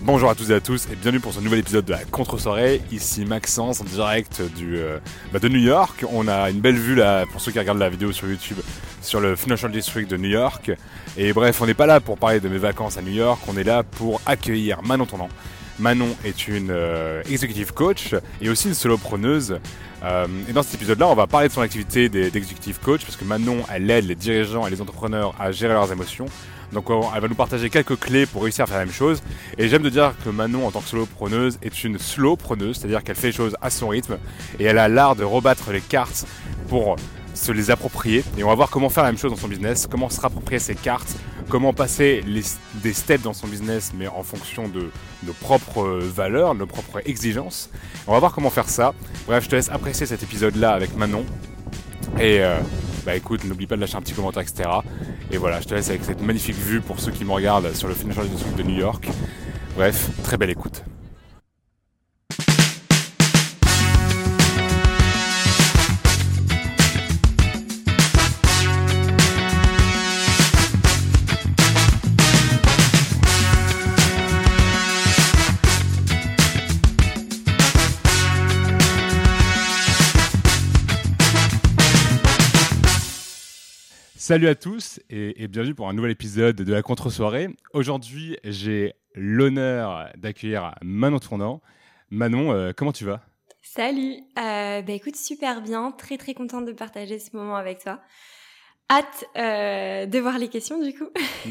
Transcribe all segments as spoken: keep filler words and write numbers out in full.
Bonjour à toutes et à tous et bienvenue pour ce nouvel épisode de la Contre-soirée. Ici Maxence en direct du, euh, bah de New York. On a une belle vue là pour ceux qui regardent la vidéo sur YouTube sur le Financial District de New York. Et bref, on n'est pas là pour parler de mes vacances à New York, on est là pour accueillir Manon Tournant. Manon est une euh, executive coach et aussi une solopreneuse. Euh, et dans cet épisode-là, on va parler de son activité d'executive coach parce que Manon, elle aide les dirigeants et les entrepreneurs à gérer leurs émotions. Donc elle va nous partager quelques clés pour réussir à faire la même chose. Et j'aime de dire que Manon, en tant que solopreneuse, est une slowpreneuse, c'est-à-dire qu'elle fait les choses à son rythme et elle a l'art de rebattre les cartes pour se les approprier. Et on va voir comment faire la même chose dans son business, comment se rapproprier ces cartes, comment passer les, des steps dans son business, mais en fonction de nos propres valeurs, nos propres exigences. On va voir comment faire ça. Bref, je te laisse apprécier cet épisode-là avec Manon. Et euh, bah écoute, n'oublie pas de lâcher un petit commentaire, et cetera. Et voilà, je te laisse avec cette magnifique vue pour ceux qui me regardent sur le Financial District de New York. Bref, très belle écoute. Salut à tous et, et bienvenue pour un nouvel épisode de la Contre-soirée. Aujourd'hui, j'ai l'honneur d'accueillir Manon Tournant. Manon, euh, comment tu vas ? Salut, euh, bah écoute, super bien, très très contente de partager ce moment avec toi. Hâte euh, de voir les questions du coup.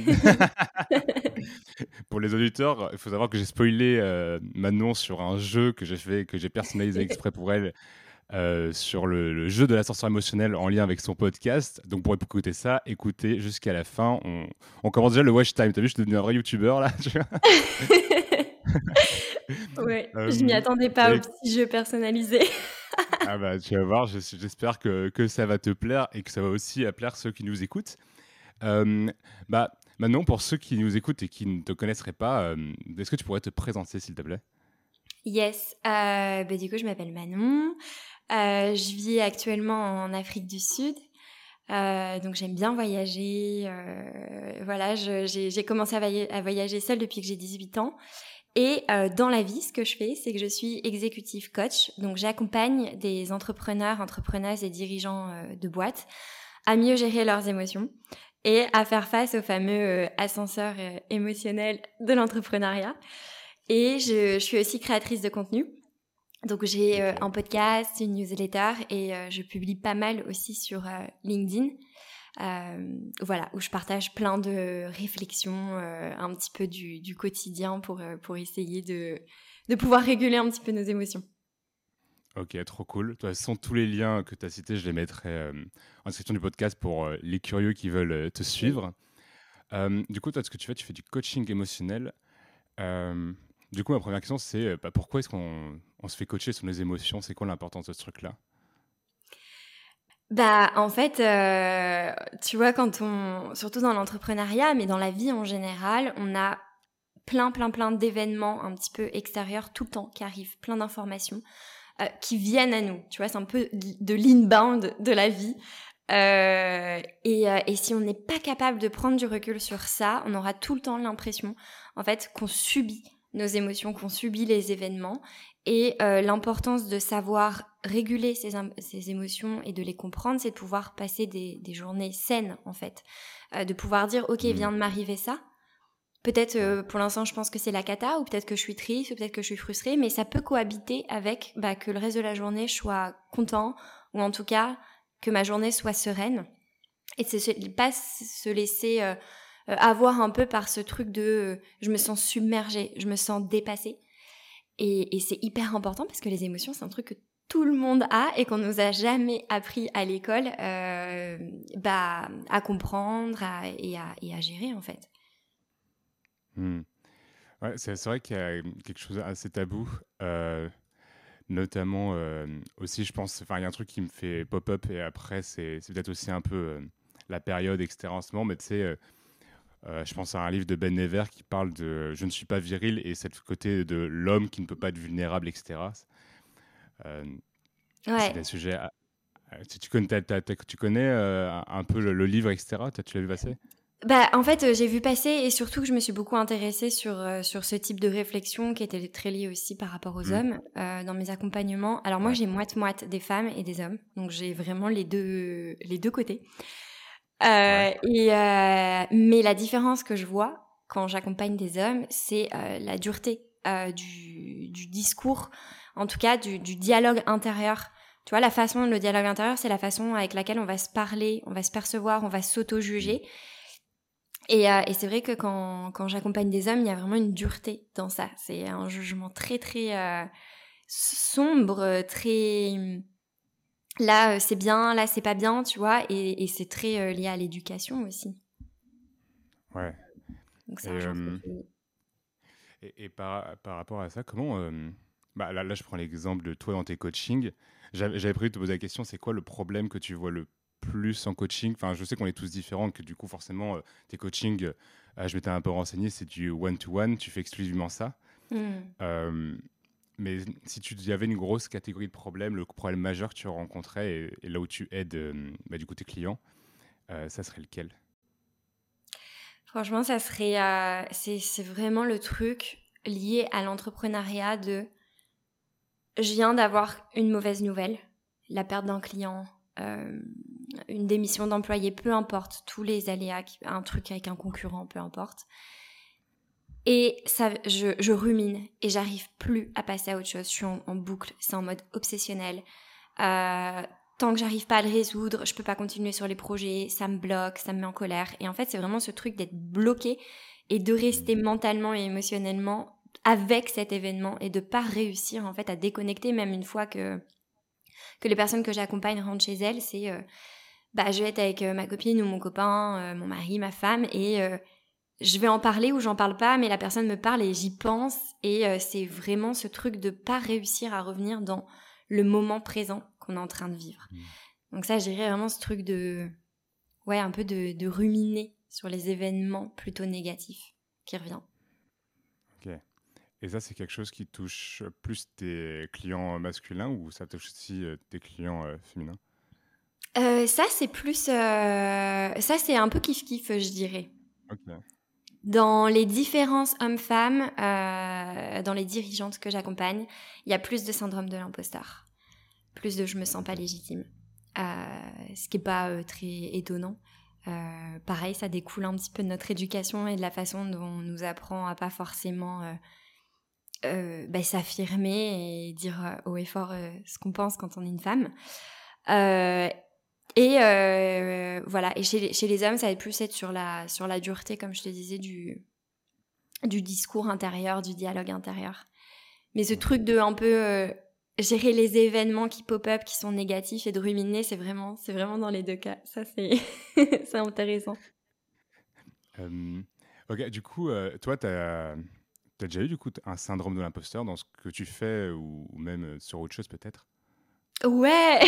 Pour les auditeurs, il faut savoir que j'ai spoilé euh, Manon sur un jeu que j'ai fait, que j'ai personnalisé exprès pour elle. Euh, sur le, le jeu de l'ascenseur émotionnel en lien avec son podcast. Donc pour écouter ça, écoutez jusqu'à la fin. On, on commence déjà le watch time. T'as vu, je suis devenu un vrai youtubeur là. Ouais, euh, je m'y attendais pas et... au petit jeu personnalisé. Ah bah tu vas voir, j'espère que, que ça va te plaire et que ça va aussi plaire ceux qui nous écoutent. Euh, bah maintenant pour ceux qui nous écoutent et qui ne te connaisseraient pas, euh, est-ce que tu pourrais te présenter s'il te plaît ? Yes, euh, bah du coup je m'appelle Manon. Euh, je vis actuellement en Afrique du Sud. Euh, donc j'aime bien voyager. Euh, voilà, je, j'ai, j'ai commencé à, voy- à voyager seule depuis que j'ai dix-huit ans. Et euh, dans la vie, ce que je fais, c'est que je suis executive coach. Donc j'accompagne des entrepreneurs, entrepreneuses et dirigeants euh, de boîtes à mieux gérer leurs émotions et à faire face au fameux euh, ascenseur euh, émotionnel de l'entrepreneuriat. Et je, je suis aussi créatrice de contenu. Donc j'ai euh, un podcast, une newsletter et euh, je publie pas mal aussi sur euh, LinkedIn. Euh, voilà, où je partage plein de réflexions, euh, un petit peu du, du quotidien pour, euh, pour essayer de, de pouvoir réguler un petit peu nos émotions. Ok, trop cool. De toute façon, tous les liens que tu as cités, je les mettrai euh, en description du podcast pour euh, les curieux qui veulent euh, te suivre. Euh, du coup, toi, ce que tu fais, tu fais du coaching émotionnel. Euh, du coup, ma première question, c'est euh, bah, pourquoi est-ce qu'on on se fait coacher sur les émotions ? C'est quoi l'importance de ce truc-là ? Bah, en fait, euh, tu vois, quand on, surtout dans l'entrepreneuriat, mais dans la vie en général, on a plein, plein, plein d'événements un petit peu extérieurs tout le temps qui arrivent, plein d'informations euh, qui viennent à nous. Tu vois, c'est un peu de l'inbound de la vie. Euh, et, euh, et si on n'est pas capable de prendre du recul sur ça, on aura tout le temps l'impression, en fait, qu'on subit nos émotions, qu'on subit les événements. Et euh, l'importance de savoir réguler ces, ces émotions et de les comprendre, c'est de pouvoir passer des, des journées saines, en fait. Euh, de pouvoir dire, ok, il vient de m'arriver ça. Peut-être, euh, pour l'instant, je pense que c'est la cata, ou peut-être que je suis triste, ou peut-être que je suis frustrée, mais ça peut cohabiter avec bah, que le reste de la journée, je sois content, ou en tout cas, que ma journée soit sereine. Et c'est pas se laisser euh, avoir un peu par ce truc de euh, je me sens submergée, je me sens dépassée. Et, et c'est hyper important parce que les émotions, c'est un truc que tout le monde a et qu'on nous a jamais appris à l'école euh, bah, à comprendre à, et, à, et à gérer, en fait. Hmm. Ouais, c'est, c'est vrai qu'il y a quelque chose assez tabou. Euh, notamment euh, aussi, je pense, enfin, il y a un truc qui me fait pop-up et après, c'est, c'est peut-être aussi un peu euh, la période, et cetera en ce moment, mais tu sais, euh, euh, je pense à un livre de Ben Never qui parle de Je ne suis pas viril et cette côté de l'homme qui ne peut pas être vulnérable, et cetera. Euh, Ouais. c'est des sujets. À, à, tu, tu connais, t'as, t'as, tu connais euh, un peu le, le livre, et cetera. T'as, tu l'as vu passer ? Bah, en fait, euh, j'ai vu passer et surtout que je me suis beaucoup intéressée sur, euh, sur ce type de réflexion qui était très liée aussi par rapport aux Hmm. hommes euh, dans mes accompagnements. Alors moi, Ouais. j'ai moite-moite des femmes et des hommes, donc j'ai vraiment les deux, les deux côtés. Euh, Ouais. et euh, mais la différence que je vois quand j'accompagne des hommes, c'est euh, la dureté euh, du, du discours, en tout cas du, du dialogue intérieur. Tu vois, la façon, le dialogue intérieur, c'est la façon avec laquelle on va se parler, on va se percevoir, on va Hmm. s'auto-juger. Et, euh, et c'est vrai que quand, quand j'accompagne des hommes, il y a vraiment une dureté dans ça. C'est un jugement très très euh, sombre, très là euh, c'est bien, là c'est pas bien, tu vois. Et, et c'est très euh, lié à l'éducation aussi. Ouais. Donc c'est Et, un genre euh, qui... et, et par, par rapport à ça, comment... euh, bah, là, là, je prends l'exemple de toi dans tes coachings. J'avais j'avais prévu de te poser la question, c'est quoi le problème que tu vois le plus en coaching? Enfin, je sais qu'on est tous différents, que du coup, forcément, euh, tes coachings, euh, je m'étais un peu renseigné, c'est du one-to-one, tu fais exclusivement ça. Hmm. Euh, mais si tu y avais une grosse catégorie de problèmes, le problème majeur que tu rencontrais et, et là où tu aides euh, bah, du coup tes clients, euh, ça serait lequel? Franchement, ça serait... euh, c'est, c'est vraiment le truc lié à l'entrepreneuriat de... Je viens d'avoir une mauvaise nouvelle, la perte d'un client, euh, une démission d'employé, peu importe, tous les aléas, un truc avec un concurrent, peu importe. Et ça, je, je rumine et j'arrive plus à passer à autre chose. Je suis en, en boucle, c'est en mode obsessionnel. Euh, tant que j'arrive pas à le résoudre, je peux pas continuer sur les projets, ça me bloque, ça me met en colère. Et en fait, c'est vraiment ce truc d'être bloqué et de rester mentalement et émotionnellement avec cet événement et de pas réussir en fait à déconnecter même une fois que que les personnes que j'accompagne rentrent chez elles, c'est euh, bah je vais être avec euh, ma copine ou mon copain, euh, mon mari, ma femme et euh, je vais en parler ou j'en parle pas, mais la personne me parle et j'y pense. Et euh, c'est vraiment ce truc de pas réussir à revenir dans le moment présent qu'on est en train de vivre. Mm. Donc ça, j'irais vraiment ce truc de, ouais, un peu de, de ruminer sur les événements plutôt négatifs qui revient. Ok. Et ça, c'est quelque chose qui touche plus tes clients masculins ou ça touche aussi euh, tes clients euh, féminins? Euh, ça, c'est plus, euh, ça, c'est un peu kiff kiff, je dirais. Ok. Dans les différences hommes-femmes, euh, dans les dirigeantes que j'accompagne, il y a plus de syndrome de l'imposteur. Plus de je me sens pas légitime. Euh, ce qui est pas euh, très étonnant. Euh, pareil, ça découle un petit peu de notre éducation et de la façon dont on nous apprend à pas forcément euh, euh, bah, s'affirmer et dire euh, haut et fort euh, ce qu'on pense quand on est une femme. Euh, et euh, voilà. Et chez les, chez les hommes, ça va plus être sur la sur la dureté, comme je te disais, du du discours intérieur, du dialogue intérieur. Mais ce Ok. truc de un peu euh, gérer les événements qui pop-up, qui sont négatifs et de ruminer, c'est vraiment, c'est vraiment dans les deux cas. Ça, c'est, c'est intéressant. Euh, ok, du coup, euh, toi, tu as déjà eu du coup un syndrome de l'imposteur dans ce que tu fais ou, ou même euh, sur autre chose peut-être? Ouais.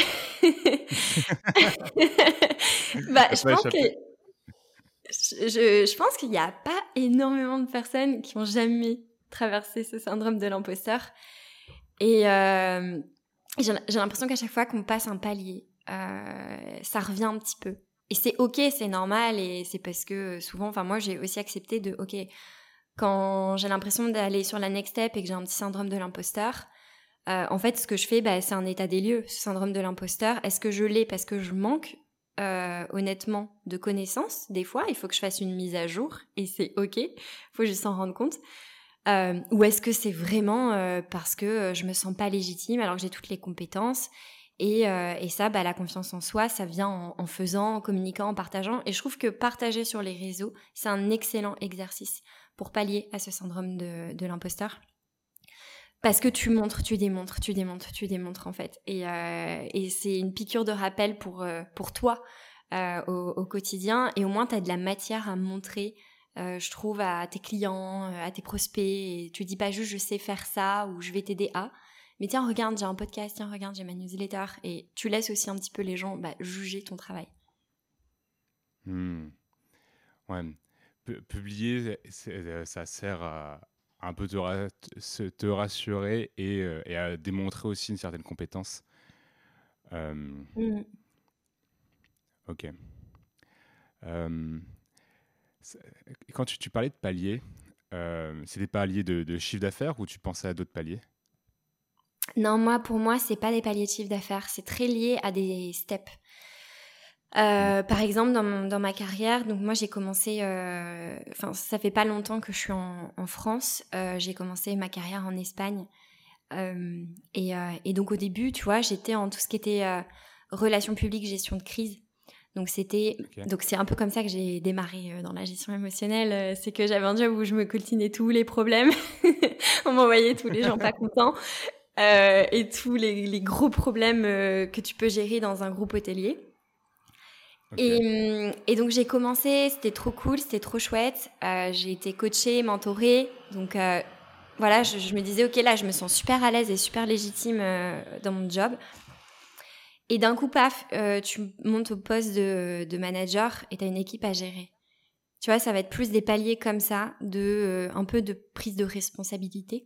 Bah, Ça je t'a pas pense que échappé? je, je, je pense qu'il n'y a pas énormément de personnes qui ont jamais traversé ce syndrome de l'imposteur. Et euh, j'ai, j'ai l'impression qu'à chaque fois qu'on passe un palier, euh, ça revient un petit peu. Et c'est ok, c'est normal, et c'est parce que souvent, enfin moi j'ai aussi accepté de, ok, quand j'ai l'impression d'aller sur la next step et que j'ai un petit syndrome de l'imposteur, euh, en fait ce que je fais, bah, c'est un état des lieux, ce syndrome de l'imposteur. Est-ce que je l'ai parce que je manque euh, honnêtement de connaissances? Des fois, il faut que je fasse une mise à jour, et c'est ok, faut juste s'en rendre compte. Euh, ou est-ce que c'est vraiment euh, parce que euh, je me sens pas légitime alors que j'ai toutes les compétences et, euh, et ça, bah, la confiance en soi, ça vient en, en faisant, en communiquant, en partageant. Et je trouve que partager sur les réseaux, c'est un excellent exercice pour pallier à ce syndrome de, de l'imposteur. Parce que tu montres, tu démontres, tu démontres, tu démontres en fait. Et, euh, et c'est une piqûre de rappel pour, euh, pour toi euh, au, au quotidien. Et au moins, tu as de la matière à montrer, euh, je trouve, à tes clients, euh, à tes prospects. Et tu dis pas juste je sais faire ça ou je vais t'aider à. Mais tiens, regarde, j'ai un podcast, tiens, regarde, j'ai ma newsletter. Et tu laisses aussi un petit peu les gens bah, juger ton travail. Hmm. Ouais. Pu- publier, c'est- euh, ça sert à un peu te, ra- se- te rassurer et, euh, et à démontrer aussi une certaine compétence. Euh, Mm. ok. Euh, Quand tu, tu parlais de paliers, euh, c'est des paliers de, de chiffre d'affaires ou tu pensais à d'autres paliers? Non, moi, pour moi, c'est pas des paliers de chiffre d'affaires. C'est très lié à des steps. Euh, par exemple, dans, mon, dans ma carrière, donc moi j'ai commencé, enfin euh, ça fait pas longtemps que je suis en, en France. Euh, j'ai commencé ma carrière en Espagne. Euh, et, euh, et donc au début, tu vois, j'étais en tout ce qui était euh, relations publiques, gestion de crise. Donc c'était, Okay. donc c'est un peu comme ça que j'ai démarré euh, dans la gestion émotionnelle. C'est que j'avais un job où je me coltinais tous les problèmes. On m'envoyait tous les gens pas contents euh, et tous les, les gros problèmes euh, que tu peux gérer dans un groupe hôtelier. Okay. Et, et donc j'ai commencé, c'était trop cool, c'était trop chouette. Euh, j'ai été coachée, mentorée, donc euh, voilà, je, je me disais ok là, je me sens super à l'aise et super légitime euh, dans mon job. Et d'un coup, paf, euh, tu montes au poste de, de manager et t'as une équipe à gérer. Tu vois, ça va être plus des paliers comme ça, de euh, un peu de prise de responsabilité.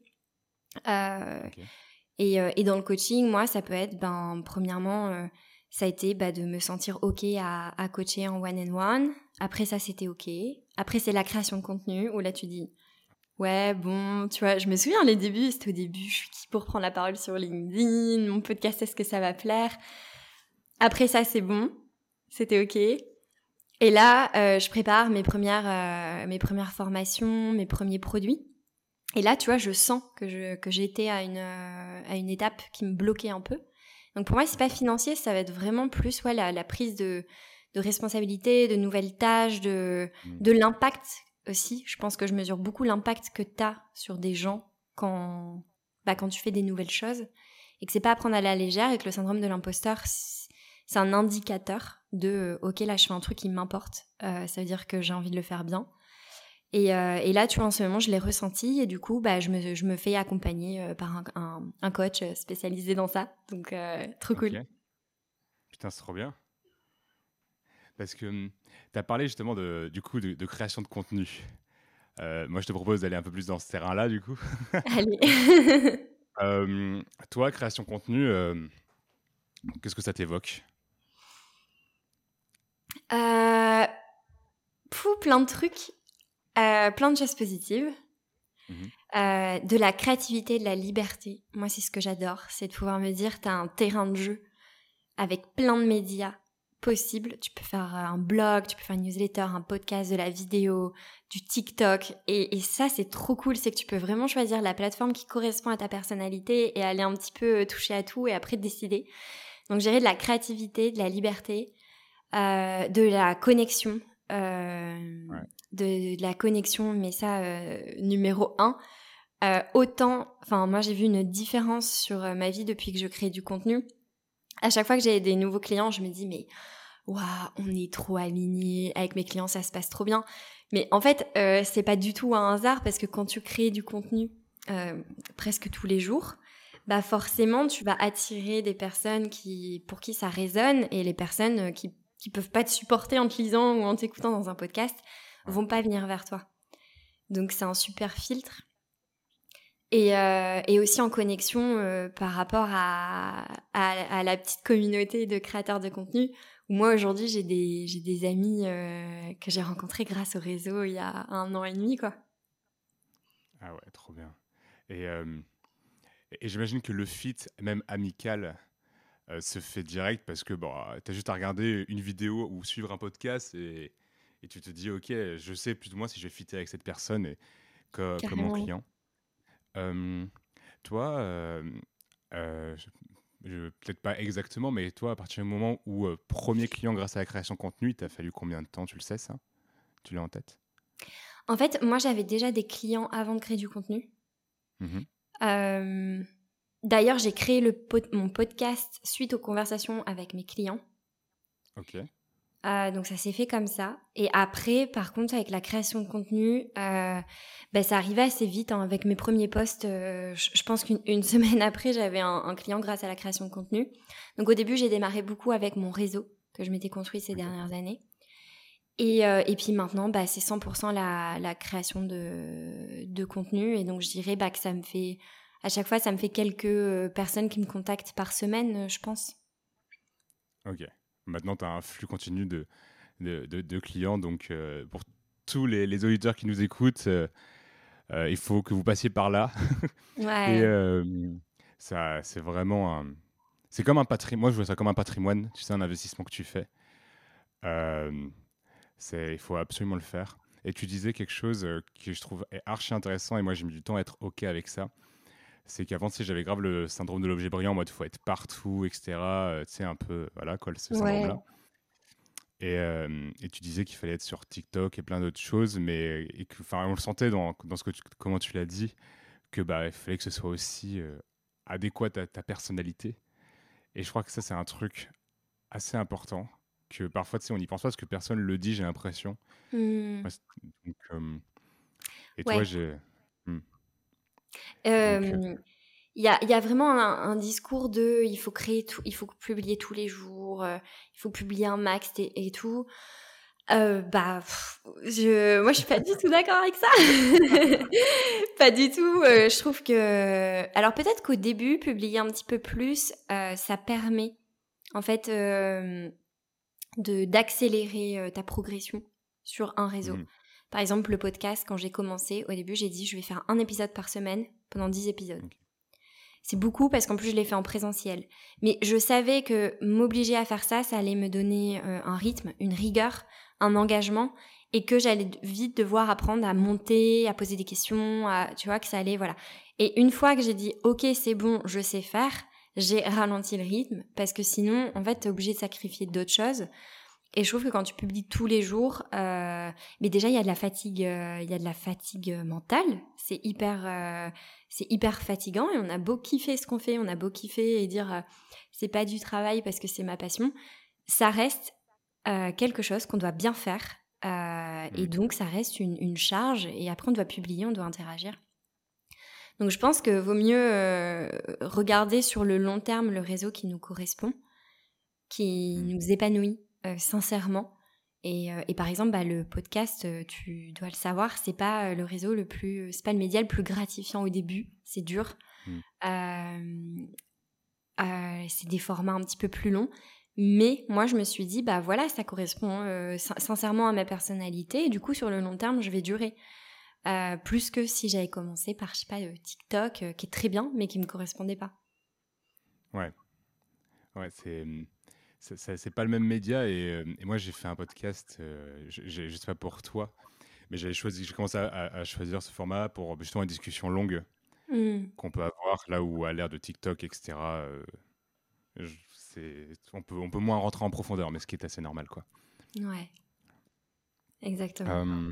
Euh, okay. et, euh, et dans le coaching, moi, ça peut être, ben, premièrement. Euh, Ça a été bah, de me sentir OK à, à coacher en one-on-one. Après ça, c'était OK. Après, c'est la création de contenu où là, tu dis ouais, bon, tu vois, je me souviens, les débuts, c'était au début, je suis qui pour prendre la parole sur LinkedIn, mon podcast, est-ce que ça va plaire? Après ça, c'est bon, c'était OK. Et là, euh, je prépare mes premières, euh, mes premières formations, mes premiers produits. Et là, tu vois, je sens que, je, que j'ai été à une, euh, à une étape qui me bloquait un peu. Donc pour moi, c'est pas financier, ça va être vraiment plus ouais, la, la prise de, de responsabilité, de nouvelles tâches, de, mmh. de l'impact aussi. Je pense que je mesure beaucoup l'impact que tu as sur des gens quand, bah, quand tu fais des nouvelles choses. Et que c'est pas à prendre à la légère et que le syndrome de l'imposteur, c'est un indicateur de ok, là, je fais un truc qui m'importe. Euh, ça veut dire que j'ai envie de le faire bien. Et, euh, et là, tu vois, en ce moment, je l'ai ressenti et du coup, bah, je me, je me fais accompagner euh, par un, un, un coach spécialisé dans ça. Donc, euh, trop okay. cool. Putain, c'est trop bien. Parce que tu as parlé justement de, du coup, de, de création de contenu. Euh, moi, je te propose d'aller un peu plus dans ce terrain-là, du coup. Allez. euh, toi, création de contenu, euh, qu'est-ce que ça t'évoque? euh, Pou, plein de trucs. Euh, plein de choses positives. Mmh. Euh, de la créativité, de la liberté. Moi, c'est ce que j'adore. C'est de pouvoir me dire, t'as un terrain de jeu avec plein de médias possibles. Tu peux faire un blog, tu peux faire une newsletter, un podcast, de la vidéo, du TikTok. Et, et ça, c'est trop cool. C'est que tu peux vraiment choisir la plateforme qui correspond à ta personnalité et aller un petit peu toucher à tout et après décider. Donc, gérer de la créativité, de la liberté, euh, de la connexion. Euh, ouais. de, de la connexion, mais ça, euh, numéro un. Euh, autant, enfin, moi, j'ai vu une différence sur euh, ma vie depuis que je crée du contenu. À chaque fois que j'ai des nouveaux clients, je me dis, mais waouh, on est trop alignés. Avec mes clients, ça se passe trop bien. Mais en fait, euh, c'est pas du tout un hasard parce que quand tu crées du contenu euh, presque tous les jours, bah forcément, tu vas attirer des personnes qui, pour qui ça résonne et les personnes qui, qui peuvent pas te supporter en te lisant ou en t'écoutant dans un podcast vont pas venir vers toi. Donc, c'est un super filtre. Et, euh, et aussi en connexion euh, par rapport à, à, à la petite communauté de créateurs de contenu où moi aujourd'hui j'ai des, j'ai des amis euh, que j'ai rencontrés grâce au réseau il y a un an et demi quoi. Ah ouais, trop bien. Et, euh, et j'imagine que le fit, même amical, euh, se fait direct parce que bon, t'as juste à regarder une vidéo ou suivre un podcast et, et tu te dis ok, je sais plus ou moins si je vais fitter avec cette personne et que, comme mon client. Euh, toi, euh, euh, je, je, peut-être pas exactement, mais toi, à partir du moment où euh, premier client grâce à la création de contenu, il t'a fallu combien de temps? Tu le sais, ça? Tu l'as en tête? En fait, moi, j'avais déjà des clients avant de créer du contenu. Mmh. Euh, d'ailleurs, j'ai créé le pod- mon podcast suite aux conversations avec mes clients. Ok. Euh, donc ça s'est fait comme ça. Et après, par contre, avec la création de contenu, euh, ben, ça arrivait assez vite. Hein. Avec mes premiers posts, euh, je, je pense qu'une une semaine après, j'avais un, un client grâce à la création de contenu. Donc au début, j'ai démarré beaucoup avec mon réseau que je m'étais construit ces okay. dernières années. Et, euh, et puis maintenant, bah, c'est cent pour cent la, la création de, de contenu. Et donc je dirais bah, que ça me fait, à chaque fois, ça me fait quelques personnes qui me contactent par semaine, je pense. Ok. Maintenant, tu as un flux continu de, de, de, de clients. Donc, euh, pour tous les, les auditeurs qui nous écoutent, euh, euh, il faut que vous passiez par là. Ouais. Et euh, ça, c'est vraiment un... C'est comme un patrimoine. Moi, je vois ça comme un patrimoine. Tu sais, un investissement que tu fais. Euh, c'est, il faut absolument le faire. Et tu disais quelque chose euh, que je trouve est archi intéressant. Et moi, j'ai mis du temps à être OK avec ça. C'est qu'avant, tu sais, j'avais grave le syndrome de l'objet brillant en mode faut être partout, et cetera. Euh, tu sais, un peu, voilà, quoi, ce Ouais. syndrome-là. Et, euh, et tu disais qu'il fallait être sur TikTok et plein d'autres choses, mais et que, enfin, on le sentait dans, dans ce que tu- comment tu l'as dit, que bah, il fallait que ce soit aussi euh, adéquat à ta personnalité. Et je crois que ça, c'est un truc assez important, que parfois, tu sais, on n'y pense pas parce que personne le dit, j'ai l'impression. Hmm. Ouais, c'est- donc, euh, et toi, Ouais. j'ai... hmm. Donc, euh, Euh, Il y a, il y a vraiment un, un discours de il faut créer tout, il faut publier tous les jours, euh, il faut publier un max et, et tout. Euh, bah, pff, je, moi je suis pas du tout d'accord avec ça. Pas du tout. euh, je trouve que, alors peut-être qu'au début, publier un petit peu plus, euh, ça permet en fait euh, de d'accélérer euh, ta progression sur un réseau. mhm, Par exemple, le podcast, quand j'ai commencé, au début, j'ai dit je vais faire un épisode par semaine pendant dix épisodes. ok. C'est beaucoup parce qu'en plus, je l'ai fait en présentiel. Mais je savais que m'obliger à faire ça, ça allait me donner euh, un rythme, une rigueur, un engagement, et que j'allais vite devoir apprendre à monter, à poser des questions, à, tu vois, que ça allait, voilà. Et une fois que j'ai dit, ok, c'est bon, je sais faire, j'ai ralenti le rythme, parce que sinon, en fait, t'es obligé de sacrifier d'autres choses. Et je trouve que quand tu publies tous les jours, euh, mais déjà il y a de la fatigue, euh, il y a de la fatigue mentale. C'est hyper, euh, c'est hyper fatigant et on a beau kiffer ce qu'on fait, on a beau kiffer et dire euh, c'est pas du travail parce que c'est ma passion, ça reste euh, quelque chose qu'on doit bien faire euh, et Mhm. donc ça reste une, une charge et après on doit publier, on doit interagir. Donc je pense que vaut mieux euh, regarder sur le long terme le réseau qui nous correspond, qui Mhm. nous épanouit euh, sincèrement. Et, euh, et par exemple, bah, le podcast, euh, tu dois le savoir, c'est pas euh, le réseau le plus, c'est pas le média le plus gratifiant au début, c'est dur. Mhm. Euh, euh, c'est des formats un petit peu plus longs. Mais moi, je me suis dit, bah voilà, ça correspond euh, sin- sincèrement à ma personnalité. Et du coup, sur le long terme, je vais durer. Euh, plus que si j'avais commencé par, je sais pas, euh, TikTok, euh, qui est très bien, mais qui me correspondait pas. Ouais, ouais, c'est... hum, c'est c'est- c'est pas le même média et, euh, et moi j'ai fait un podcast, euh, je, je je sais pas pour toi, mais j'avais choisi, j'ai commencé à, à- à choisir ce format pour justement une discussion longue Hmm. qu'on peut avoir là où à l'ère de TikTok, et cetera euh, je- c'est, on peut, on peut moins rentrer en profondeur, mais ce qui est assez normal, quoi. Ouais, exactement. Euh,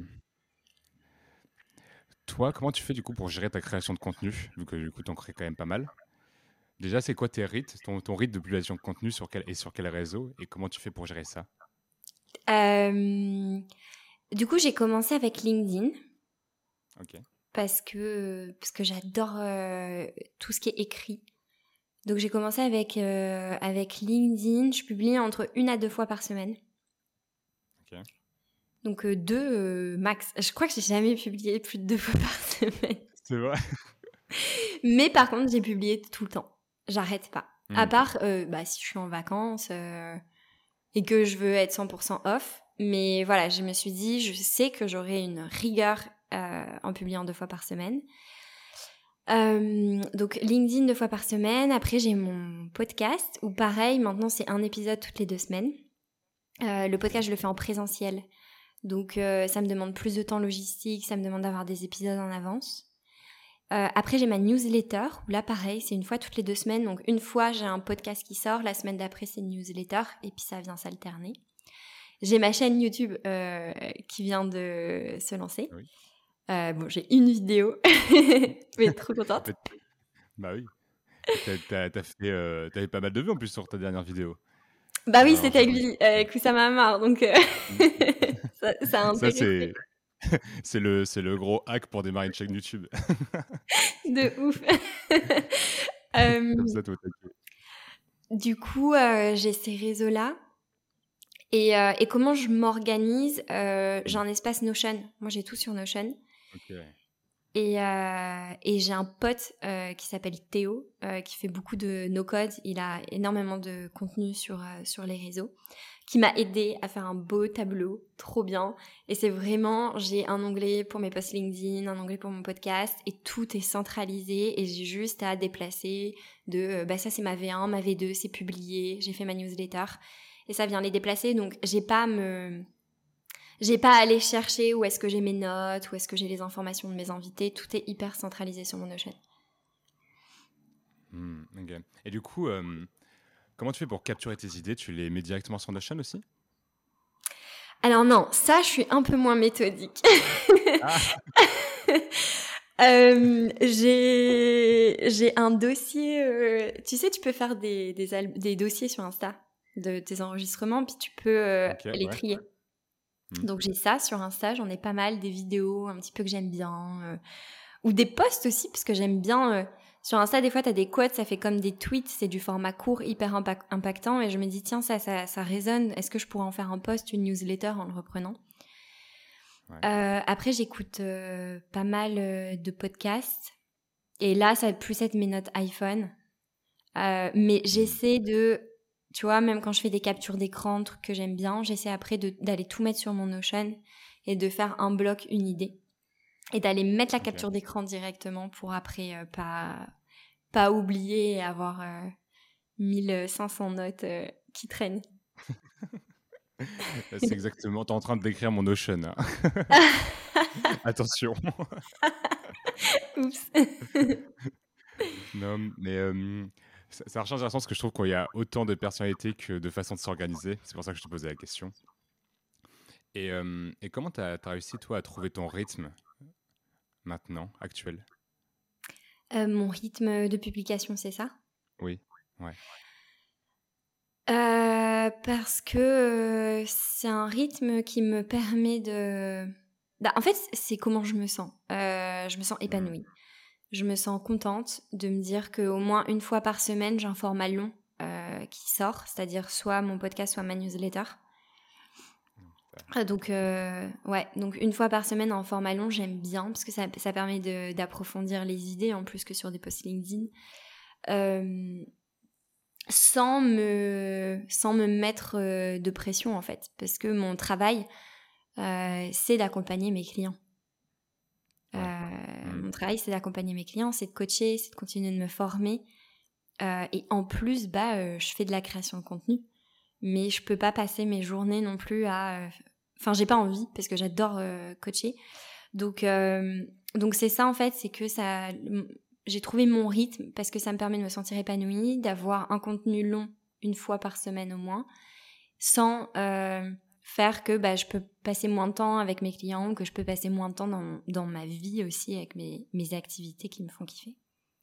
Toi, comment tu fais du coup pour gérer ta création de contenu, vu que du coup t'en crées quand même pas mal? Déjà, c'est quoi tes rythmes, ton, ton rythme de publication de contenu sur quel, et sur quel réseau, et comment tu fais pour gérer ça? Euh, du coup, j'ai commencé avec LinkedIn Ok, parce que, parce que j'adore euh, tout ce qui est écrit. Donc, j'ai commencé avec, euh, avec LinkedIn. Je publie entre une à deux fois par semaine. ok. Donc, euh, deux euh, max. Je crois que j'ai jamais publié plus de deux fois par semaine. C'est vrai. Mais par contre, j'ai publié tout le temps. J'arrête pas. À Hmm, part euh, bah, si je suis en vacances euh, et que je veux être cent pour cent off. Mais voilà, je me suis dit, je sais que j'aurai une rigueur euh, en publiant deux fois par semaine. Euh, donc LinkedIn deux fois par semaine. Après, j'ai mon podcast où pareil, maintenant c'est un épisode toutes les deux semaines. Euh, le ok. podcast, je le fais en présentiel. Donc euh, ça me demande plus de temps logistique, ça me demande d'avoir des épisodes en avance. Euh, après, j'ai ma newsletter, où là, pareil, c'est une fois toutes les deux semaines. Donc, une fois, j'ai un podcast qui sort. La semaine d'après, c'est une newsletter. Et puis, ça vient s'alterner. J'ai ma chaîne YouTube euh, qui vient de se lancer. Oui. Euh, bon, j'ai une vidéo, mais trop contente. Mais- Bah oui. Et t'as, t'as- t'as fait, euh, t'avais pas mal de vues en plus sur ta dernière vidéo. Bah oui, Alors, c'était j'ai avec, vu. Billy- avec Oussama Ammar, donc euh, ça, ça a Ça, intéressé c'est, c'est le, c'est le gros hack pour démarrer une chaîne YouTube. de ouf. Euh, Comme ça, toi, t'inquiète. du coup, euh, j'ai ces réseaux-là. Et, euh, et comment je m'organise euh, J'ai Hmm, un espace Notion. Moi, j'ai tout sur Notion. ok. Et, euh, et j'ai un pote euh, qui s'appelle Théo, euh, qui fait beaucoup de no-code. Il a énormément de contenu sur, euh, sur les réseaux, qui m'a aidé à faire un beau tableau, trop bien. Et c'est vraiment, j'ai un onglet pour mes posts LinkedIn, un onglet pour mon podcast, et tout est centralisé, et j'ai juste à déplacer de, euh, bah ça c'est ma V un, ma V deux, c'est publié, j'ai fait ma newsletter, et ça vient les déplacer, donc j'ai pas à me... J'ai pas à aller chercher où est-ce que j'ai mes notes, où est-ce que j'ai les informations de mes invités. Tout est hyper centralisé sur mon Notion. Mmh, ok. Et du coup, euh, comment tu fais pour capturer tes idées? Tu les mets directement sur Notion aussi? Alors non, ça, je suis un peu moins méthodique. Ah. euh, j'ai, j'ai un dossier... Euh, tu sais, tu peux faire des, des, al- des dossiers sur Insta de tes enregistrements, puis tu peux euh, Ok, les ouais. trier. Mmh. Donc j'ai ça sur Insta, j'en ai pas mal, des vidéos un petit peu que j'aime bien, euh, ou des posts aussi, parce que j'aime bien... Euh, sur Insta, des fois, t'as des quotes, ça fait comme des tweets, c'est du format court, hyper impact- impactant, et je me dis, tiens, ça, ça, ça résonne, est-ce que je pourrais en faire un post, une newsletter en le reprenant? Ouais. Euh, après, j'écoute euh, pas mal euh, de podcasts, et là, ça va plus être mes notes iPhone, euh, mais j'essaie de... Tu vois, même quand je fais des captures d'écran, trucs que j'aime bien, j'essaie après de, d'aller tout mettre sur mon Notion et de faire un bloc, une idée. Et d'aller mettre la Ok. capture d'écran directement pour après euh, pas, pas oublier et avoir euh, mille cinq cents notes euh, qui traînent. C'est exactement. T'es en train de décrire mon Notion. Hein. Attention. Oups. Non, mais euh, ça, ça rechange intéressant parce que je trouve qu'il y a autant de personnalités que de façons de s'organiser. C'est pour ça que je te posais la question. Et, euh, et comment tu as réussi, toi, à trouver ton rythme maintenant, actuel? Euh, mon rythme de publication, c'est ça? Oui, ouais. Euh, parce que euh, c'est un rythme qui me permet de... Bah, en fait, c'est comment je me sens. Euh, je me sens Mm. épanouie. Je me sens contente de me dire qu'au moins une fois par semaine, j'ai un format long euh, qui sort, c'est-à-dire soit mon podcast, soit ma newsletter. Ah, Donc, euh, ouais, donc une fois par semaine en format long, j'aime bien parce que ça, ça permet de, d'approfondir les idées en plus que sur des posts LinkedIn, euh, sans me, sans me mettre euh, de pression en fait, parce que mon travail, euh, c'est d'accompagner mes clients. Euh, Ouais. Mm. Mon travail, c'est d'accompagner mes clients, c'est de coacher, c'est de continuer de me former, euh, et en plus, bah, euh, je fais de la création de contenu, mais je peux pas passer mes journées non plus à euh, Enfin, j'ai pas envie parce que j'adore euh, coacher. Donc, euh, donc c'est ça en fait, c'est que ça, j'ai trouvé mon rythme parce que ça me permet de me sentir épanouie, d'avoir un contenu long une fois par semaine au moins, sans euh, faire que bah, je peux passer moins de temps avec mes clients ou que je peux passer moins de temps dans, dans ma vie aussi avec mes, mes activités qui me font kiffer.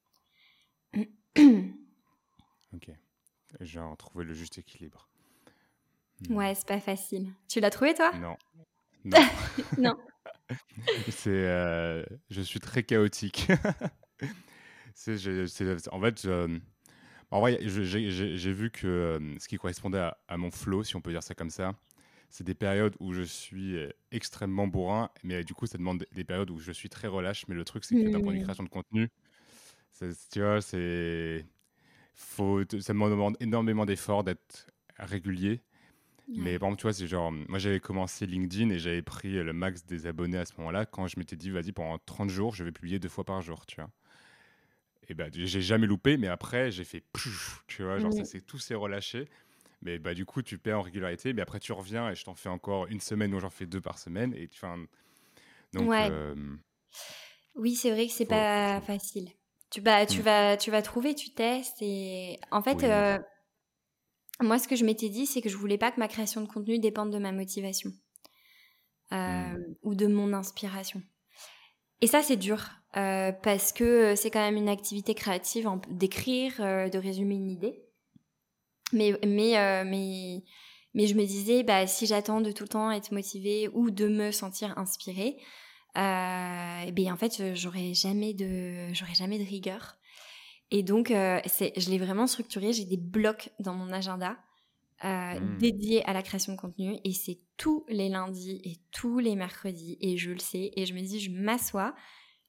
Ok. J'ai trouvé le juste équilibre. Ouais, c'est pas facile. Tu l'as trouvé toi? Non. Non. Non. C'est, euh, je suis très chaotique. c'est, je- c'est- en fait, je- en vrai, je- j'ai j'ai- j'ai vu que euh, ce qui correspondait à, à mon flow, si on peut dire ça comme ça, c'est des périodes où je suis euh, extrêmement bourrin, mais du coup, ça demande des périodes où je suis très relâche. Mais le truc, c'est que d'un point de vue Hmm. création de contenu, c'est- tu vois, c'est, faut, ça me demande énormément d'efforts d'être régulier. Mais Ouais. par exemple, tu vois, c'est genre, moi j'avais commencé LinkedIn et j'avais pris le max des abonnés à ce moment-là quand je m'étais dit, vas-y, pendant trente jours, je vais publier deux fois par jour, tu vois. Et bah, j'ai jamais loupé, mais après, j'ai fait, pfff, tu vois, genre, ça Hmm. s'est tout s'est relâché. Mais bah, du coup, tu perds en régularité, mais après, tu reviens et je t'en fais encore une semaine où j'en fais deux par semaine. Et tu fais un- Donc, Ouais. euh, Oui, c'est vrai que c'est faut, pas faut- facile. Tu, bah, tu Hmm. vas, tu vas trouver, tu testes et en fait, Oui. euh, moi, ce que je m'étais dit, c'est que je voulais pas que ma création de contenu dépende de ma motivation Hmm. euh, ou de mon inspiration. Et ça, c'est dur euh, parce que c'est quand même une activité créative en- d'écrire, euh, de résumer une idée. Mais, mais, euh, mais, mais je me disais, bah, si j'attends de tout le temps être motivée ou de me sentir inspirée, euh, et bien en fait, j'aurais jamais de, j'aurais jamais de rigueur. Et donc, euh, c'est, je l'ai vraiment structuré. J'ai des blocs dans mon agenda euh, Hmm. dédiés à la création de contenu, et c'est tous les lundis et tous les mercredis. Et je le sais. Et je me dis, je m'assois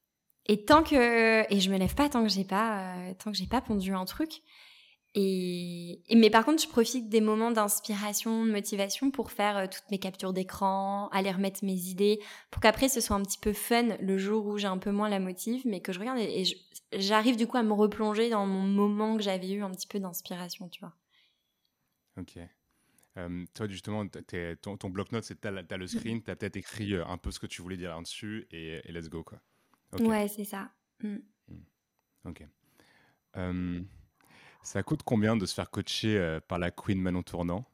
Et tant que et je me lève pas tant que j'ai pas euh, tant que j'ai pas pondu un truc. Et, et mais par contre, je profite des moments d'inspiration, de motivation pour faire euh, toutes mes captures d'écran, aller remettre mes idées, pour qu'après ce soit un petit peu fun le jour où j'ai un peu moins la motive, mais que je regarde et, et je, j'arrive du coup à me replonger dans mon moment que j'avais eu un petit peu d'inspiration, tu vois. Ok. Euh, toi, justement, t'as- t'es- ton, ton bloc-notes, c'est t'as, t'as le screen, t'as peut-être écrit euh, un peu ce que tu voulais dire là-dessus et, et let's go, quoi. Ok. Ouais, c'est ça. Mm. Hmm. Ok. Euh, ça coûte combien de se faire coacher euh, par la Queen Manon Tournant?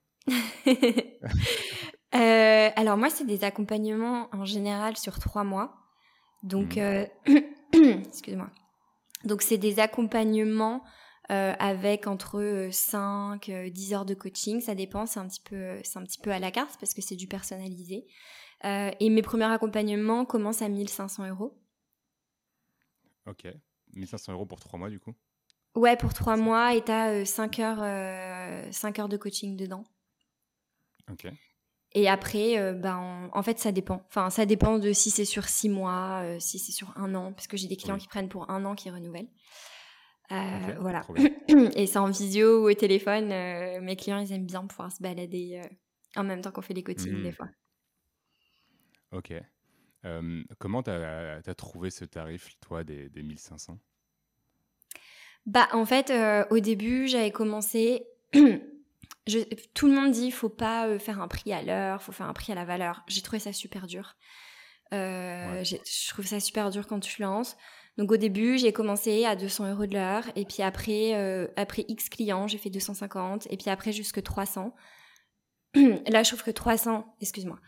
Euh, alors moi, c'est des accompagnements en général sur trois mois. Donc, Mhm. euh, excuse-moi. Donc c'est des accompagnements euh, avec entre cinq et dix heures de coaching, ça dépend, c'est un petit peu, c'est un petit peu à la carte parce que c'est du personnalisé. Euh, et mes premiers accompagnements commencent à mille cinq cents euros. Ok. mille cinq cents euros pour trois mois, du coup. Ouais, pour trois C'est ça. mois et t'as euh, cinq heures, euh, cinq heures de coaching dedans. Ok. Et après, euh, ben, en fait, ça dépend. Enfin, ça dépend de si c'est sur six mois, euh, si c'est sur un an, parce que j'ai des clients Oui. qui prennent pour un an, qui renouvellent. Ok. Euh, voilà. Trop bien. Et c'est en visio ou au téléphone. Euh, mes clients, ils aiment bien pouvoir se balader euh, en même temps qu'on fait les coachings des Hmm. fois. Ok. Euh, comment t'as, t'as trouvé ce tarif, toi, des, des mille cinq cents? Bah, en fait, euh, au début, j'avais commencé. Je, tout le monde dit, faut pas euh, faire un prix à l'heure, faut faire un prix à la valeur. J'ai trouvé ça super dur. Ouais. Euh, j'ai- je trouve ça super dur quand tu lances. Donc au début, j'ai commencé à deux cents euros de l'heure, et puis après, euh, après X clients, j'ai fait deux cent cinquante, et puis après jusque trois cents. Là, je trouve que trois cents, excuse-moi.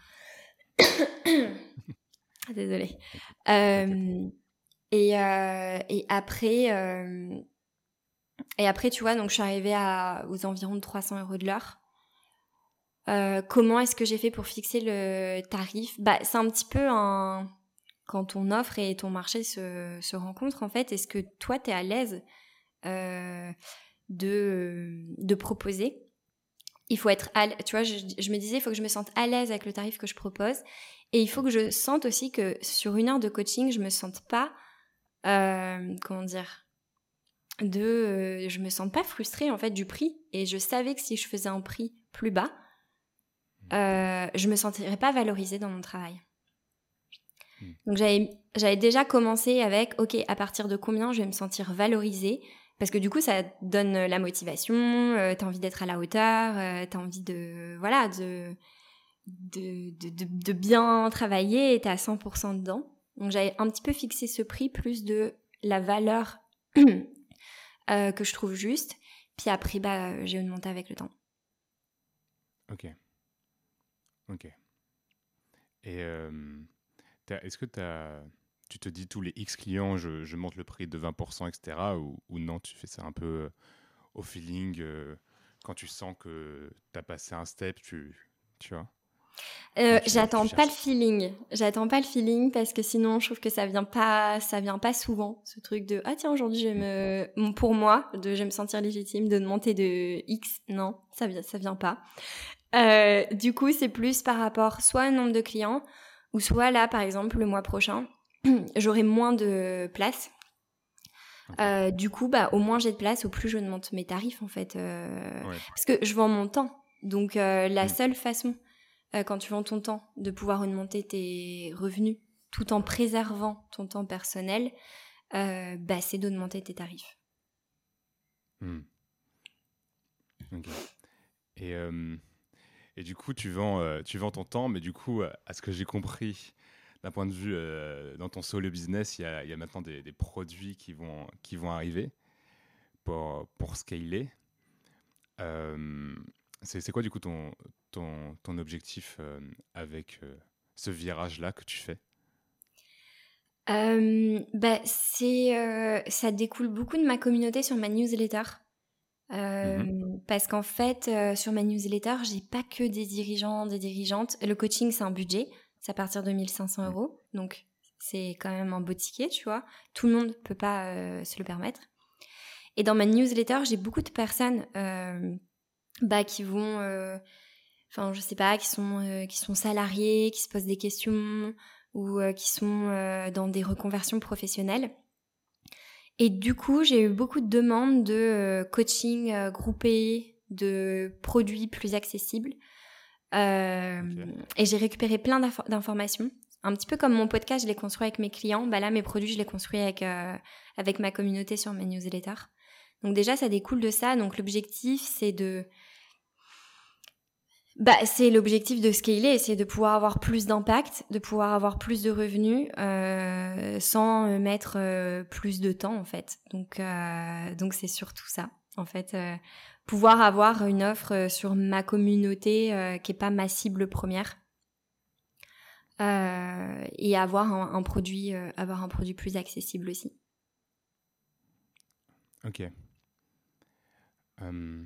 Désolée. T'inquiète. T'inquiète. Euh, et, euh, et après, euh, et après, tu vois, donc je suis arrivée à aux environs de trois cents euros de l'heure. Euh, comment est-ce que j'ai fait pour fixer le tarif? Bah, c'est un petit peu un quand ton offre et ton marché se, se rencontrent en fait. Est-ce que toi, t'es à l'aise euh, de de proposer? Il faut être, à, l- tu vois, je, je me disais, il faut que je me sente à l'aise avec le tarif que je propose, et il faut que je sente aussi que sur une heure de coaching, je me sente pas, euh, comment dire, de, euh, je me sente pas frustrée en fait du prix, et je savais que si je faisais un prix plus bas, euh, je me sentirais pas valorisée dans mon travail. Hmm. Donc j'avais, j'avais déjà commencé avec, ok, à partir de combien je vais me sentir valorisée, parce que du coup ça donne la motivation, euh, t'as envie d'être à la hauteur, euh, t'as envie de, voilà, de de, de, de, de bien travailler et t'es à cent pour cent dedans. Donc j'avais un petit peu fixé ce prix plus de la valeur euh, que je trouve juste. Puis après, bah, j'ai augmenté avec le temps. Ok. Ok. Et euh, t'as- est-ce que t'as, tu te dis tous les X clients, je, je monte le prix de vingt pour cent, et cetera. Ou, ou non, tu fais ça un peu euh, au feeling, euh, quand tu sens que t'as passé un step, tu, tu vois, Euh, comment tu, tu j'attends gères pas le ça? feeling. J'attends pas le feeling parce que sinon, je trouve que ça vient pas, ça vient pas souvent. Ce truc de ah tiens aujourd'hui je vais Hmm. me, pour moi, de je vais me sentir légitime de monter de X. Non, ça vient, ça vient pas. Euh, du coup, c'est plus par rapport soit au nombre de clients ou soit là, par exemple, le mois prochain, j'aurai moins de place. Ok. Euh, du coup, bah, au moins j'ai de place, au plus je monte mes tarifs en fait, euh, Ouais. parce que je vends mon temps. Donc euh, la Hmm. seule façon, euh, quand tu vends ton temps, de pouvoir augmenter tes revenus tout en préservant ton temps personnel, euh, bah, c'est d'augmenter tes tarifs. Hmm. Ok. Et, euh, et du coup, tu vends, euh, tu vends ton temps, mais du coup, euh, à ce que j'ai compris, d'un point de vue euh, dans ton solo business, il y a, il y a maintenant des, des produits qui vont, qui vont arriver pour, pour scaler. Euh, c'est, c'est quoi du coup ton, ton, ton objectif euh, avec euh, ce virage-là que tu fais? Euh, bah, c'est, euh, ça découle beaucoup de ma communauté sur ma newsletter. Euh, Mhm. parce qu'en fait, euh, sur ma newsletter, j'ai pas que des dirigeants, des dirigeantes. Le coaching, c'est un budget. C'est à partir de mille cinq cents Mm. euros. Donc, c'est quand même un beau ticket, tu vois. Tout le monde peut pas euh, se le permettre. Et dans ma newsletter, j'ai beaucoup de personnes euh, bah, qui vont... euh, Enfin, je sais pas, qui sont, euh, qui sont salariés, qui se posent des questions, ou euh, qui sont euh, dans des reconversions professionnelles. Et du coup, j'ai eu beaucoup de demandes de euh, coaching euh, groupé, de produits plus accessibles. Euh, okay. Et j'ai récupéré plein d'inf- d'informations. Un petit peu comme mon podcast, je l'ai construit avec mes clients. Bah là, mes produits, je les construis avec, euh, avec ma communauté sur mes newsletters. Donc déjà, ça découle de ça. Donc l'objectif, c'est de... Bah, c'est l'objectif de scaler, c'est de pouvoir avoir plus d'impact, de pouvoir avoir plus de revenus euh, sans mettre euh, plus de temps en fait. Donc, euh, donc c'est surtout ça en fait, euh, pouvoir avoir une offre sur ma communauté euh, qui est pas ma cible première euh, et avoir un, un produit, euh, avoir un produit plus accessible aussi. Ok. Um...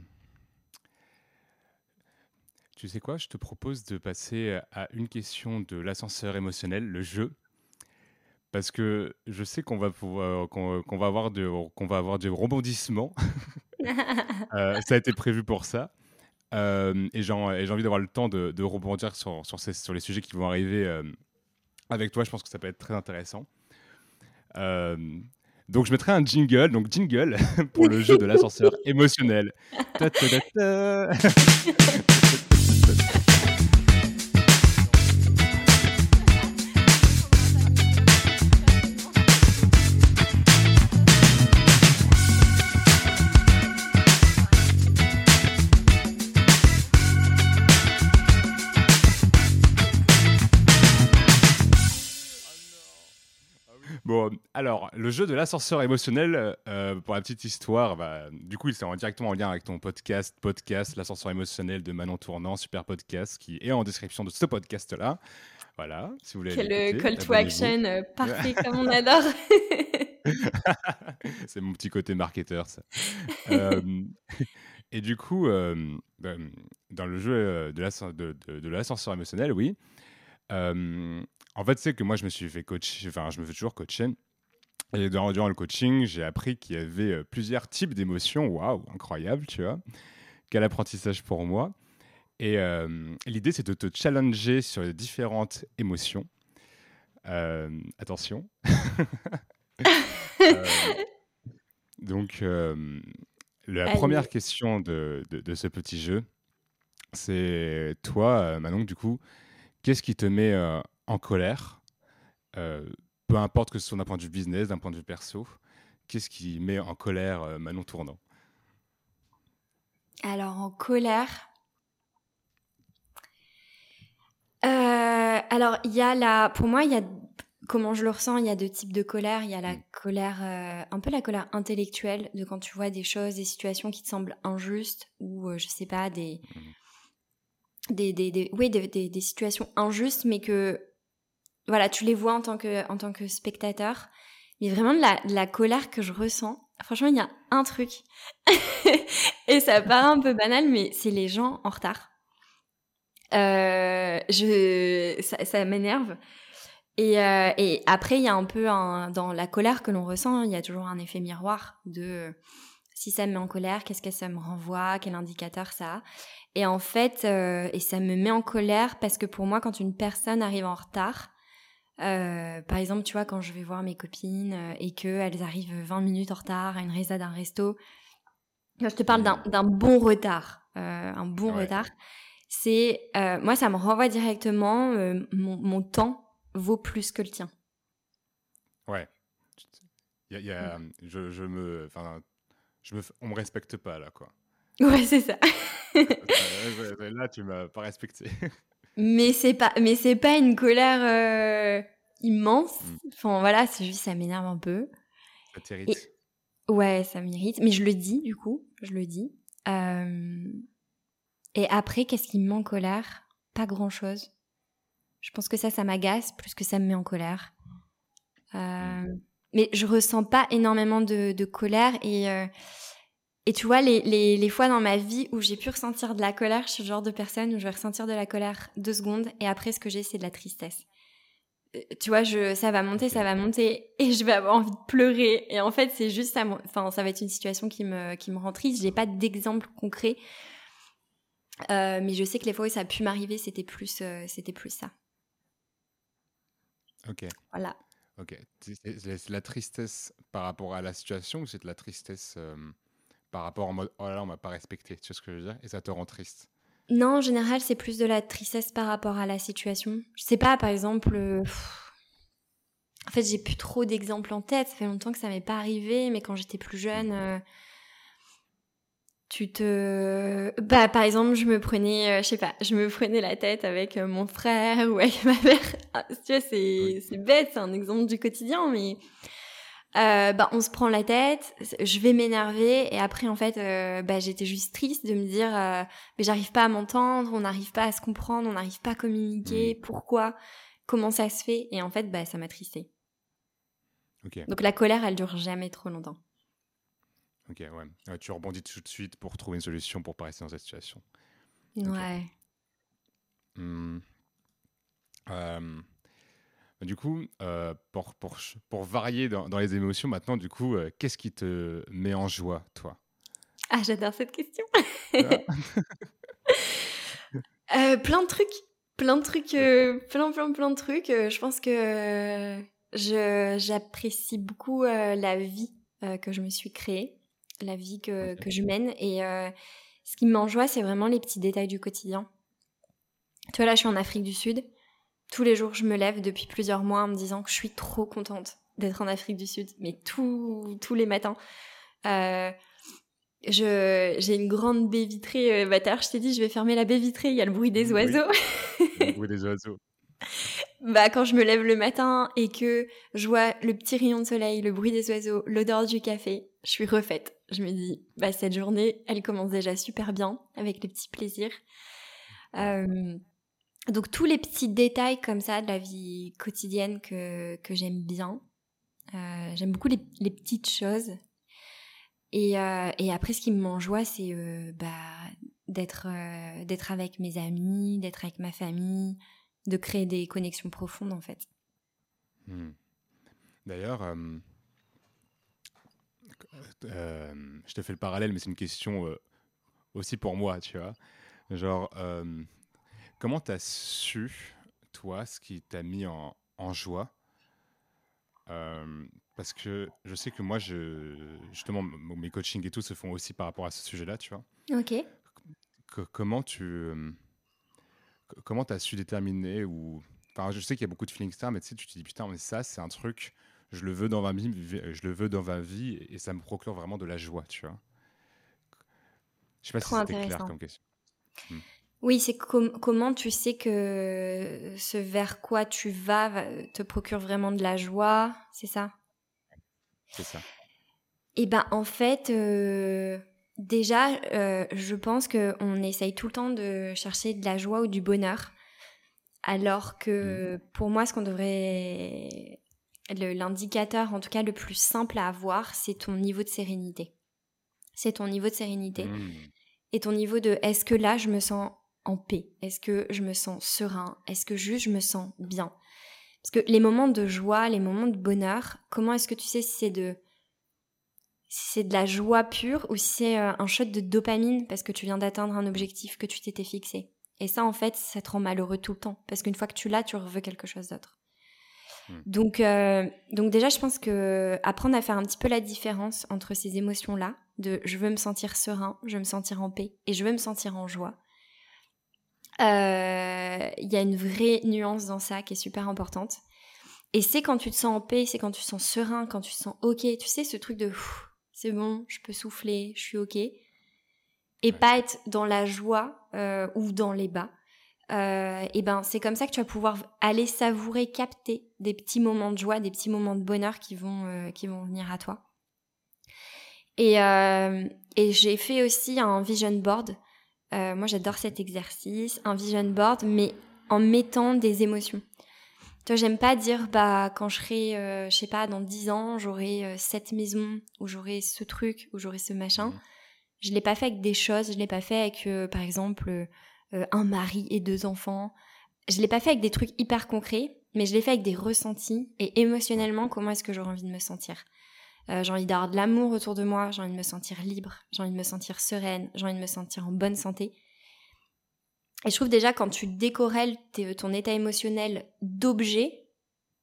Tu sais quoi, je te propose de passer à une question de l'ascenseur émotionnel, le jeu. Parce que je sais qu'on va, pouvoir, qu'on, qu'on va, avoir, de, qu'on va avoir des rebondissements. euh, ça a été prévu pour ça. Euh, et, j'ai, et j'ai envie d'avoir le temps de, de rebondir sur, sur, ces, sur les sujets qui vont arriver euh, avec toi. Je pense que ça peut être très intéressant. Euh, donc je mettrai un jingle, donc jingle pour le jeu de l'ascenseur émotionnel. Ta ta ta ta. Bon, alors, le jeu de l'ascenseur émotionnel, euh, pour la petite histoire, bah, du coup, c'est en, directement en lien avec ton podcast, podcast, l'ascenseur émotionnel de Manon Tournant, super podcast, qui est en description de ce podcast-là. Voilà, si vous voulez Quel l'écouter, call to abonnez-vous. action euh, parfait comme on adore. C'est mon petit côté marketeur, ça. euh, et du coup, euh, dans le jeu de, l'ascenseur, de, de, de l'ascenseur émotionnel, oui, euh, en fait, c'est que moi, je me suis fait coacher, enfin, je me fais toujours coacher. Et durant, durant le coaching, j'ai appris qu'il y avait euh, plusieurs types d'émotions. Waouh, incroyable, tu vois. Quel apprentissage pour moi. Et euh, l'idée, c'est de te challenger sur les différentes émotions. Euh, attention. euh, donc, euh, la Allez. première question de, de, de ce petit jeu, c'est toi, Manon, du coup, qu'est-ce qui te met euh, en colère euh, peu importe que ce soit d'un point de vue business, d'un point de vue perso, qu'est-ce qui met en colère euh, Manon Tournant? Alors, en colère... Euh, alors, il y a la... Pour moi, il y a... Comment je le ressens, il y a deux types de colère. Il y a la mmh. colère, euh, un peu la colère intellectuelle, de quand tu vois des choses, des situations qui te semblent injustes, ou, euh, je sais pas, des... Mmh. Des, des, des, oui, des, des, des situations injustes, mais que... Voilà, tu les vois en tant que, en tant que spectateur. Mais vraiment, de la, de la colère que je ressens... Franchement, il y a un truc. Et ça paraît un peu banal, mais c'est les gens en retard. Euh, je, ça, ça m'énerve. Et, euh, et après, il y a un peu un, dans la colère que l'on ressent, il y a toujours un effet miroir de si ça me met en colère, qu'est-ce que ça me renvoie, quel indicateur ça a. Et en fait, euh, et ça me met en colère parce que pour moi, quand une personne arrive en retard, euh, par exemple, tu vois, quand je vais voir mes copines euh, et qu'elles arrivent vingt minutes en retard à une résa d'un resto, je te parle d'un, d'un bon retard, euh, un bon ouais. retard. C'est euh, moi, ça me renvoie directement. Euh, mon, mon temps vaut plus que le tien. Ouais. Il y a, y a ouais. je, je me, enfin, je me, on me respecte pas là, quoi. Ouais, c'est ça. Là, tu m'as pas respecté. Mais c'est pas, mais c'est pas une colère euh, immense. Mm. Enfin voilà, c'est juste ça m'énerve un peu. Ça t'irrite. Et, ouais, ça m'irrite. Mais je le dis du coup, je le dis. Euh, et après, qu'est-ce qui me met en colère? Pas grand-chose. Je pense que ça, ça m'agace plus que ça me met en colère. Euh, mm. Mais je ressens pas énormément de, de colère et euh, et tu vois les, les les fois dans ma vie où j'ai pu ressentir de la colère, je suis le genre de personne où je vais ressentir de la colère deux secondes et après ce que j'ai c'est de la tristesse. Euh, tu vois, je ça va monter, okay. ça va monter et je vais avoir envie de pleurer et en fait c'est juste ça. Enfin ça va être une situation qui me qui me rend triste. J'ai pas d'exemple concret, euh, mais je sais que les fois où ça a pu m'arriver c'était plus euh, c'était plus ça. Ok, Voilà. ok. C'est c'est- c'est de la tristesse par rapport à la situation ou c'est de la tristesse euh, par rapport en mode oh là là, on m'a pas respecté, tu vois ce que je veux dire? Et ça te rend triste. Non, en général, c'est plus de la tristesse par rapport à la situation. Je sais pas, par exemple, euh, pff, en fait, j'ai plus trop d'exemples en tête. Ça fait longtemps que ça m'est pas arrivé, mais quand j'étais plus Mm. jeune, euh, tu te, bah, par exemple, je me prenais, euh, je sais pas, je me prenais la tête avec euh, mon frère ou avec ma mère. Ah, tu vois, Oui. c'est, c'est bête, c'est un exemple du quotidien, mais euh, bah, on se prend la tête, je vais m'énerver et après en fait, euh, bah, j'étais juste triste de me dire, euh, mais j'arrive pas à m'entendre, on n'arrive pas à se comprendre, on n'arrive pas à communiquer, Mm. pourquoi, comment ça se fait, et en fait, bah, ça m'a tristée. Ok, Donc la colère, elle dure jamais trop longtemps. ok, ouais. Ouais, tu rebondis tout de suite pour trouver une solution pour pas rester dans cette situation. Ok. Ouais. Hmm. Euh, du coup, euh, pour, pour, ch- pour varier dans, dans les émotions, maintenant, du coup, euh, qu'est-ce qui te met en joie, toi? Ah, j'adore cette question. Ah, Euh, plein de trucs, plein de trucs, euh, plein, plein, plein de trucs. Euh, je pense que euh, je j'apprécie beaucoup euh, la vie euh, que je me suis créée, la vie que ok. que je mène. Et euh, ce qui m'enjoie, c'est vraiment les petits détails du quotidien. Tu vois, là, je suis en Afrique du Sud. Tous les jours, je me lève depuis plusieurs mois en me disant que je suis trop contente d'être en Afrique du Sud, mais tous tous les matins. Euh, je j'ai une grande baie vitrée. Euh, bah, tout à l'heure, je t'ai dit, je vais fermer la baie vitrée. Il y a le bruit des Hmm, oui, oiseaux. le bruit des oiseaux. Bah, quand je me lève le matin et que je vois le petit rayon de soleil, le bruit des oiseaux, l'odeur du café, je suis refaite. Je me dis, bah, cette journée, elle commence déjà super bien, avec les petits plaisirs. Ouais. Euh, donc, tous les petits détails comme ça de la vie quotidienne que, que j'aime bien. Euh, j'aime beaucoup les, les petites choses. Et, euh, et après, ce qui m'enjoie, c'est euh, bah, d'être euh, d'être avec mes amis, d'être avec ma famille, de créer des connexions profondes, en fait. Hmm. D'ailleurs, euh, euh, je te fais le parallèle, mais c'est une question euh, aussi pour moi, tu vois. Genre, euh, comment t'as su, toi, ce qui t'a mis en, en joie? Euh, parce que je sais que moi, je, justement, m- mes coachings et tout se font aussi par rapport à ce sujet-là, tu vois. Ok. Co- comment tu euh, co- comment t'as su déterminer ou... Enfin, je sais qu'il y a beaucoup de feeling stars, mais tu sais, tu te dis, putain, mais ça, c'est un truc, je le veux dans ma vie, je le veux dans ma vie, et ça me procure vraiment de la joie, tu vois. Je sais pas si Trop c'était clair intéressant. comme question. Hmm. Oui, c'est com- comment tu sais que ce vers quoi tu vas va- te procure vraiment de la joie, c'est ça? C'est ça. Eh ben, en fait, euh, déjà, euh, je pense que on essaye tout le temps de chercher de la joie ou du bonheur, alors Hmm. que pour moi, ce qu'on devrait, le- l'indicateur, en tout cas le plus simple à avoir, c'est ton niveau de sérénité. C'est ton niveau de sérénité. Hmm. Et ton niveau de est-ce que là je me sens en paix? Est-ce que je me sens serein? Est-ce que juste je me sens bien? Parce que les moments de joie, les moments de bonheur, comment est-ce que tu sais si c'est de si c'est de la joie pure ou si c'est euh, un shot de dopamine parce que tu viens d'atteindre un objectif que tu t'étais fixé? Et ça en fait, ça te rend malheureux tout le temps parce qu'une fois que tu l'as, tu veux quelque chose d'autre. Hmm. Donc euh, donc déjà je pense que apprendre à faire un petit peu la différence entre ces émotions là de je veux me sentir serein, je veux me sentir en paix et je veux me sentir en joie. Euh, il y a une vraie nuance dans ça qui est super importante. Et c'est quand tu te sens en paix, c'est quand tu te sens serein, quand tu te sens ok. Tu sais, ce truc de pff, c'est bon, je peux souffler, je suis ok. Et Ouais. pas être dans la joie euh, ou dans les bas. Euh, et ben, c'est comme ça que tu vas pouvoir aller savourer, capter des petits moments de joie, des petits moments de bonheur qui vont, euh, qui vont venir à toi. Et, euh, et j'ai fait aussi un vision board. Euh, moi, j'adore cet exercice, un vision board, mais en mettant des émotions. Tu vois, j'aime pas dire, bah, quand je serai, euh, je sais pas, dans dix ans, j'aurai euh, cette maison, ou j'aurai ce truc, ou j'aurai ce machin. Mhm. Je l'ai pas fait avec des choses, je l'ai pas fait avec, euh, par exemple, euh, un mari et deux enfants. Je l'ai pas fait avec des trucs hyper concrets, mais je l'ai fait avec des ressentis, et Ouais. émotionnellement, comment est-ce que j'aurais envie de me sentir? Euh, j'ai envie d'avoir de l'amour autour de moi, j'ai envie de me sentir libre, j'ai envie de me sentir sereine, j'ai envie de me sentir en bonne santé. Et je trouve déjà quand tu décorrèles tes- ton état émotionnel d'objets,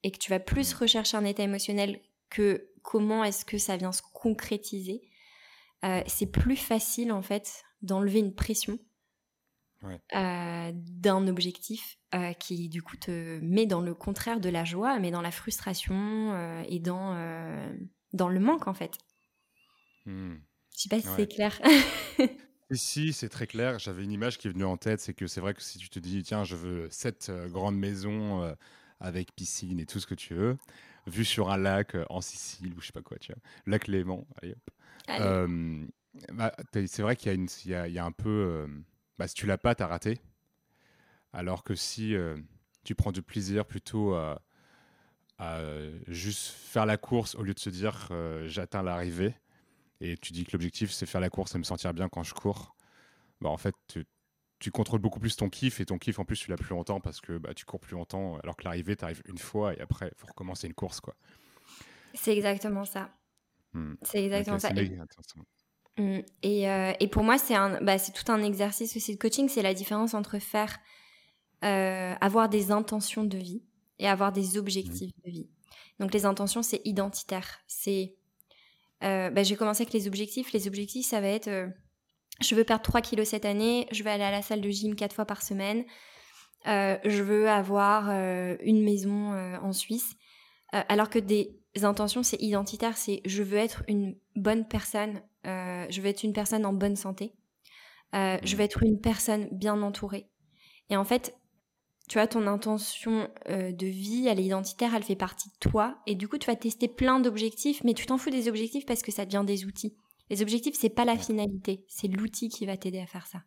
et que tu vas plus rechercher un état émotionnel que comment est-ce que ça vient se concrétiser, euh, c'est plus facile en fait d'enlever une pression Ouais. euh, d'un objectif euh, qui du coup te met dans le contraire de la joie, mais dans la frustration euh, et dans, euh, dans le manque en fait. Hmm. Je sais pas si Ouais. c'est clair. Et si, c'est très clair. J'avais une image qui est venue en tête, c'est que c'est vrai que si tu te dis, tiens, je veux cette euh, grande maison euh, avec piscine et tout ce que tu veux, vue sur un lac euh, en Sicile ou je sais pas quoi, tu vois, lac Léman, allez hop. Allez. Euh, bah, t'as- c'est vrai qu'il y a, une, il y a, il y a un peu, euh, bah, si tu l'as pas, t'as raté. Alors que si euh, tu prends du plaisir plutôt à, à, euh, juste faire la course au lieu de se dire, euh, j'atteins l'arrivée, et tu dis que l'objectif c'est faire la course et me sentir bien quand je cours, bah en fait, tu, tu contrôles beaucoup plus ton kiff, et ton kiff en plus tu l'as plus longtemps parce que bah, tu cours plus longtemps, alors que l'arrivée t'arrive une fois et après il faut recommencer une course, quoi. C'est exactement ça. Hmm. C'est exactement Ok, ça. c'est Et, méga intéressant. mm, et, euh, et pour moi, c'est un, bah, c'est tout un exercice aussi de coaching. C'est la différence entre faire, euh, avoir des intentions de vie et avoir des Hmm. objectifs de vie. Donc les intentions, c'est identitaire. C'est, euh, bah, j'ai commencé avec les objectifs. Les objectifs, ça va être, euh, je veux perdre trois kilos cette année. Je vais aller à la salle de gym quatre fois par semaine. Euh, je veux avoir euh, une maison euh, en Suisse. Euh, alors que des intentions, c'est identitaire, c'est je veux être une bonne personne, euh, je veux être une personne en bonne santé, euh, je veux être une personne bien entourée. Et en fait, tu vois, ton intention euh, de vie, elle est identitaire, elle fait partie de toi. Et du coup, tu vas tester plein d'objectifs, mais tu t'en fous des objectifs parce que ça devient des outils. Les objectifs, c'est pas la Ouais. finalité, c'est l'outil qui va t'aider à faire ça.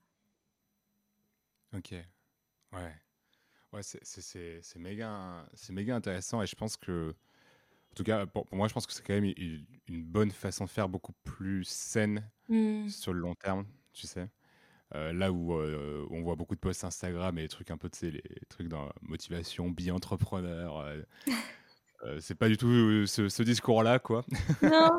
Ok, ouais. Ouais, c'est c'est- c'est- c'est méga, c'est méga intéressant, et je pense que, en tout cas, pour, pour moi, je pense que c'est quand même une, une bonne façon de faire, beaucoup plus saine Hmm. sur le long terme, tu sais. Euh, là où euh, on voit beaucoup de posts Instagram et des trucs un peu, tu sais, les trucs dans motivation, bi-entrepreneur, euh, euh, c'est pas du tout euh, ce, ce discours-là, quoi. Non.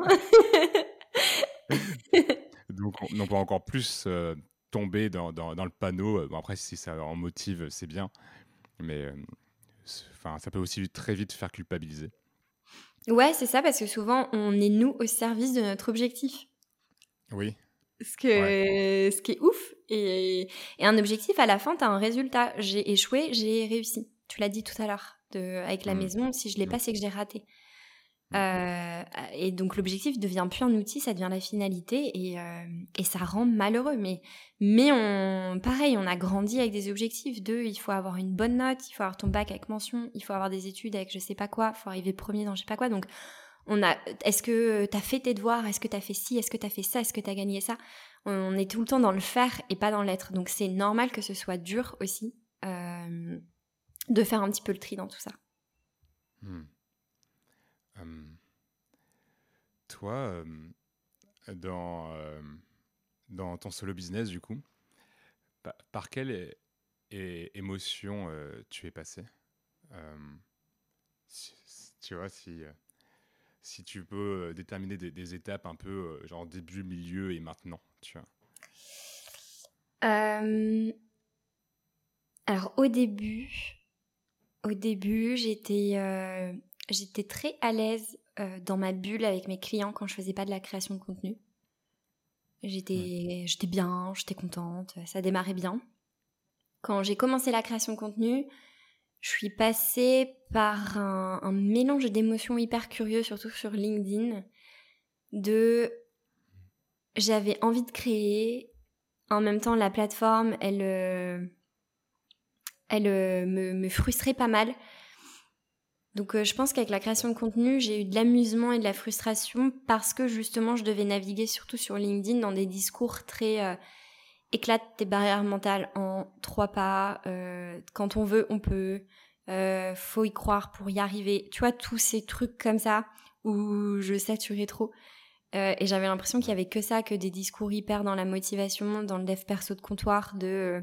Donc, on, on peut encore plus euh, tomber dans, dans, dans le panneau. Bon, après, si ça en motive, c'est bien, mais euh, c'est- enfin, ça peut aussi très vite faire culpabiliser. Ouais, c'est ça, parce que souvent, on est nous au service de notre objectif. Oui, Ce, ouais. que, ce qui est ouf. Et, et un objectif, à la fin, tu as un résultat. J'ai échoué, j'ai réussi. Tu l'as dit tout à l'heure. De, avec la Mm. maison, si je l'ai Mm. pas, c'est que j'ai raté. Mm. Euh, et donc l'objectif devient plus un outil, ça devient la finalité. Et, euh, et ça rend malheureux. Mais, mais on, pareil, on a grandi avec des objectifs de il faut avoir une bonne note, il faut avoir ton bac avec mention, il faut avoir des études avec je sais pas quoi, il faut arriver premier dans je sais pas quoi. Donc on a, est-ce que t'as fait tes devoirs, est-ce que t'as fait ci, est-ce que t'as fait ça, est-ce que t'as gagné ça? On est tout le temps dans le faire et pas dans l'être. Donc c'est normal que ce soit dur aussi euh, de faire un petit peu le tri dans tout ça. Mm. Hum, toi, euh, dans, euh, dans ton solo business, du coup, pa- par quelle é- é- émotion euh, tu es passé? Euh, si- si- Tu vois, si, euh, si tu peux euh, déterminer des, des étapes un peu, euh, genre début, milieu et maintenant, tu vois. Euh, alors au début, au début, j'étais, euh, j'étais très à l'aise euh, dans ma bulle avec mes clients quand je faisais pas de la création de contenu. Ouais. J'étais, j'étais bien, j'étais contente, ça démarrait bien. Quand j'ai commencé la création de contenu, je suis passée par un, un mélange d'émotions hyper curieux, surtout sur LinkedIn, de j'avais envie de créer, en même temps la plateforme, elle, euh, elle euh, me, me frustrait pas mal. Donc euh, je pense qu'avec la création de contenu, j'ai eu de l'amusement et de la frustration parce que justement je devais naviguer surtout sur LinkedIn dans des discours très euh, éclate tes barrières mentales en trois pas, euh, quand on veut, on peut, euh, faut y croire pour y arriver. Tu vois, tous ces trucs comme ça où je saturais trop. Euh, et j'avais l'impression qu'il y avait que ça, que des discours hyper dans la motivation, dans le dev perso de comptoir, de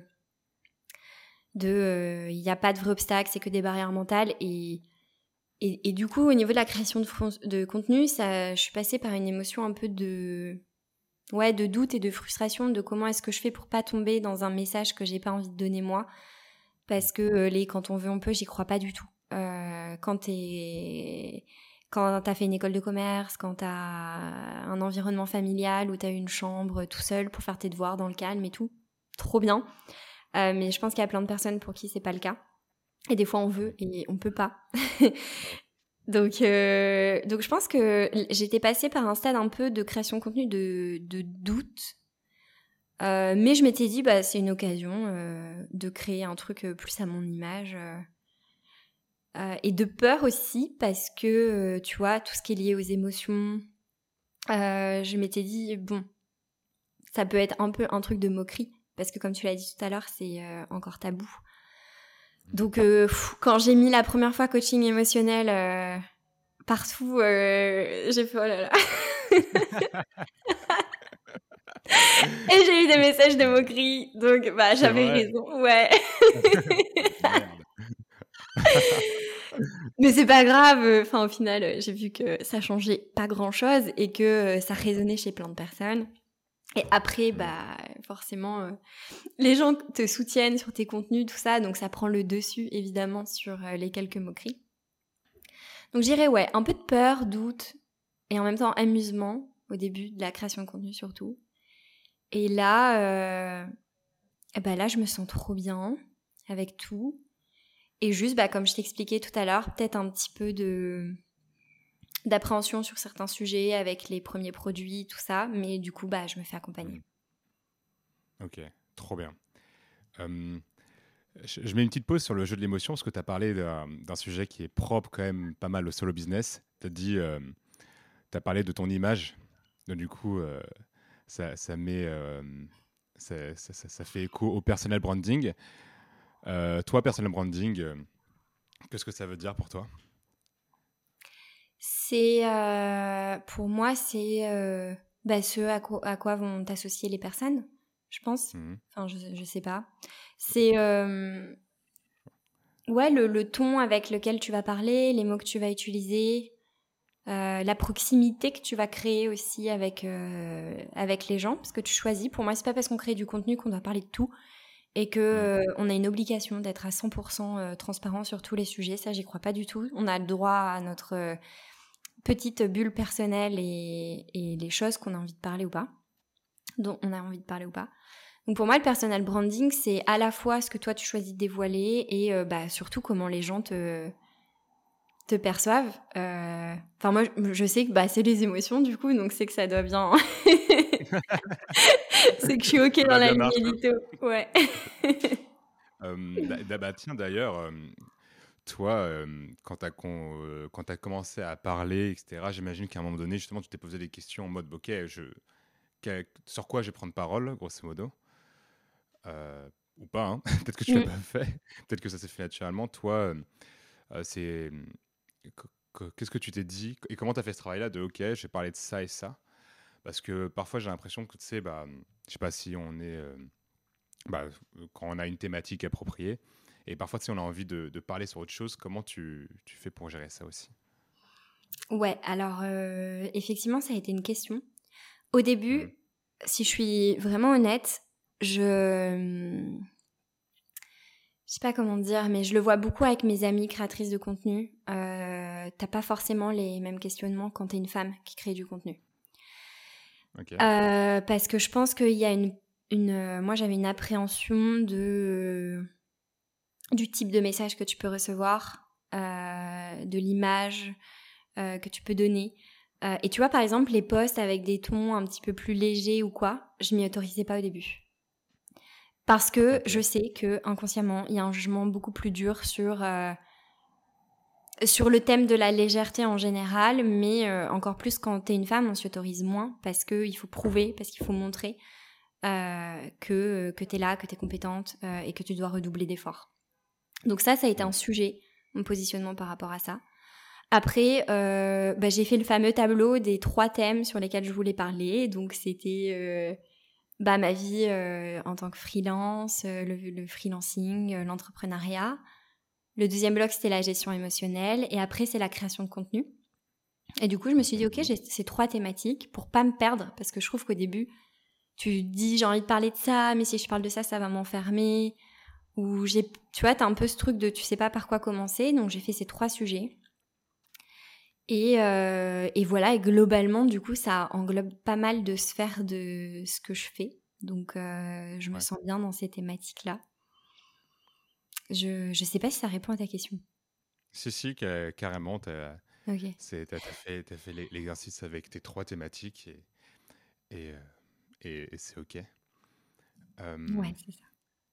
de il euh, n'y a pas de vrai obstacle, c'est que des barrières mentales. Et, et, et du coup, au niveau de la création de, front, de contenu, ça, je suis passée par une émotion un peu de ouais, de doute et de frustration de comment est-ce que je fais pour pas tomber dans un message que j'ai pas envie de donner moi, parce que euh, les quand on veut on peut, j'y crois pas du tout. Euh, quand t'es... quand t'as fait une école de commerce, quand t'as un environnement familial où t'as une chambre tout seul pour faire tes devoirs dans le calme et tout, trop bien. Euh, mais je pense qu'il y a plein de personnes pour qui c'est pas le cas. Et des fois on veut et on peut pas. donc, euh, donc je pense que j'étais passée par un stade un peu de création de contenu de, de doute. Euh, mais je m'étais dit, bah, c'est une occasion euh, de créer un truc plus à mon image. Euh, euh, et de peur aussi, parce que, euh, tu vois, tout ce qui est lié aux émotions, euh, je m'étais dit, bon, ça peut être un peu un truc de moquerie, parce que comme tu l'as dit tout à l'heure, c'est euh, encore tabou. Donc, euh, pff, quand j'ai mis la première fois coaching émotionnel euh, partout, euh, j'ai fait, oh là là. Et j'ai eu des messages de moquerie, donc bah j'avais raison, ouais. Merde. Mais c'est pas grave, enfin au final j'ai vu que ça changeait pas grand chose et que ça résonnait chez plein de personnes. Et après bah forcément euh, les gens te soutiennent sur tes contenus, tout ça, donc ça prend le dessus évidemment sur euh, les quelques moqueries. Donc je dirais ouais, un peu de peur, doute et en même temps amusement au début de la création de contenu surtout. Et là, euh, bah là, je me sens trop bien avec tout. Et juste, bah, comme je t'expliquais tout à l'heure, peut-être un petit peu de d'appréhension sur certains sujets avec les premiers produits, tout ça. Mais du coup, bah, je me fais accompagner. Ok, trop bien. Euh, je, je mets une petite pause sur le jeu de l'émotion parce que tu as parlé d'un, d'un sujet qui est propre quand même pas mal au solo business. Tu as dit, euh, tu as parlé de ton image. Donc du coup, euh, ça, ça met... Euh, ça, ça, ça, ça fait écho au personal branding. Euh, toi, personal branding, euh, qu'est-ce que ça veut dire pour toi ? C'est, euh, pour moi, c'est euh, bah, ce à quoi, à quoi vont t'associer les personnes, je pense. Mmh. Enfin, je, je sais pas. C'est euh, ouais, le, le ton avec lequel tu vas parler, les mots que tu vas utiliser, euh, la proximité que tu vas créer aussi avec euh, avec les gens, parce que tu choisis. Pour moi, c'est pas parce qu'on crée du contenu qu'on doit parler de tout et que Mmh. euh, on a une obligation d'être à cent pour cent euh, transparent sur tous les sujets. Ça, j'y crois pas du tout. On a le droit à notre euh, petite bulle personnelle et, et les choses qu'on a envie de parler ou pas, dont on a envie de parler ou pas. Donc pour moi, le personal branding, c'est à la fois ce que toi tu choisis de dévoiler et euh, bah, surtout comment les gens te te perçoivent. Euh... Enfin moi, je sais que bah, c'est les émotions du coup, donc c'est que ça doit bien... c'est que je suis ok Ça dans doit la bien marcher. lignalité. Ouais. Euh, d'a- d'a- bah, tiens, d'ailleurs, euh, toi, euh, quand tu as con, euh, commencé à parler, et cetera, j'imagine qu'à un moment donné, justement, tu t'es posé des questions en mode, ok, je, que- sur quoi je vais prendre parole, grosso modo. Euh, ou pas, hein. Peut-être que tu l'as Mm. pas fait, peut-être que ça s'est fait naturellement. Toi, euh, euh, c'est qu- qu- qu'est-ce que tu t'es dit et comment tu as fait ce travail-là de, ok, je vais parler de ça et ça. Parce que parfois, j'ai l'impression que, tu sais, bah, je sais pas si on est... euh, bah, quand on a une thématique appropriée. Et parfois, si on a envie de, de parler sur autre chose, comment tu, tu fais pour gérer ça aussi ? Ouais, alors euh, effectivement, ça a été une question. Au début, Mhm. si je suis vraiment honnête, je... Je sais pas comment dire, mais je le vois beaucoup avec mes amies créatrices de contenu. Euh, t'as pas forcément les mêmes questionnements quand t'es une femme qui crée du contenu. Ok. Euh, parce que je pense qu'il y a une... une euh, moi, j'avais une appréhension de... du type de message que tu peux recevoir, euh, de l'image euh, que tu peux donner. Euh, et tu vois, par exemple, les posts avec des tons un petit peu plus légers ou quoi, je m'y autorisais pas au début. Parce que Ok. je sais que inconsciemment, il y a un jugement beaucoup plus dur sur euh, sur le thème de la légèreté en général, mais euh, encore plus quand t'es une femme, on s'y autorise moins parce que il faut prouver, parce qu'il faut montrer euh, que que t'es là, que t'es compétente euh, et que tu dois redoubler d'efforts. Donc ça, ça a été un sujet, mon positionnement par rapport à ça. Après, euh, bah, j'ai fait le fameux tableau des trois thèmes sur lesquels je voulais parler. Donc c'était euh, bah, ma vie euh, en tant que freelance, euh, le, le freelancing, euh, l'entrepreneuriat. Le deuxième bloc, c'était la gestion émotionnelle. Et après, c'est la création de contenu. Et du coup, je me suis dit, ok, j'ai ces trois thématiques pour pas me perdre. Parce que je trouve qu'au début, tu dis, j'ai envie de parler de ça, mais si je parle de ça, ça va m'enfermer. où j'ai, tu vois, t'as un peu ce truc de tu sais pas par quoi commencer, donc j'ai fait ces trois sujets. Et, euh, et voilà, et globalement, du coup, ça englobe pas mal de sphères de ce que je fais. Donc, euh, je me Ouais. sens bien dans ces thématiques-là. Je je sais pas si ça répond à ta question. Si, si, ca- carrément, t'as Ok. c'est- t'as- t'as fait, t'as fait l'e- l'exercice avec tes trois thématiques et, et, euh, et- et c'est OK. Euh, Ouais, c'est ça.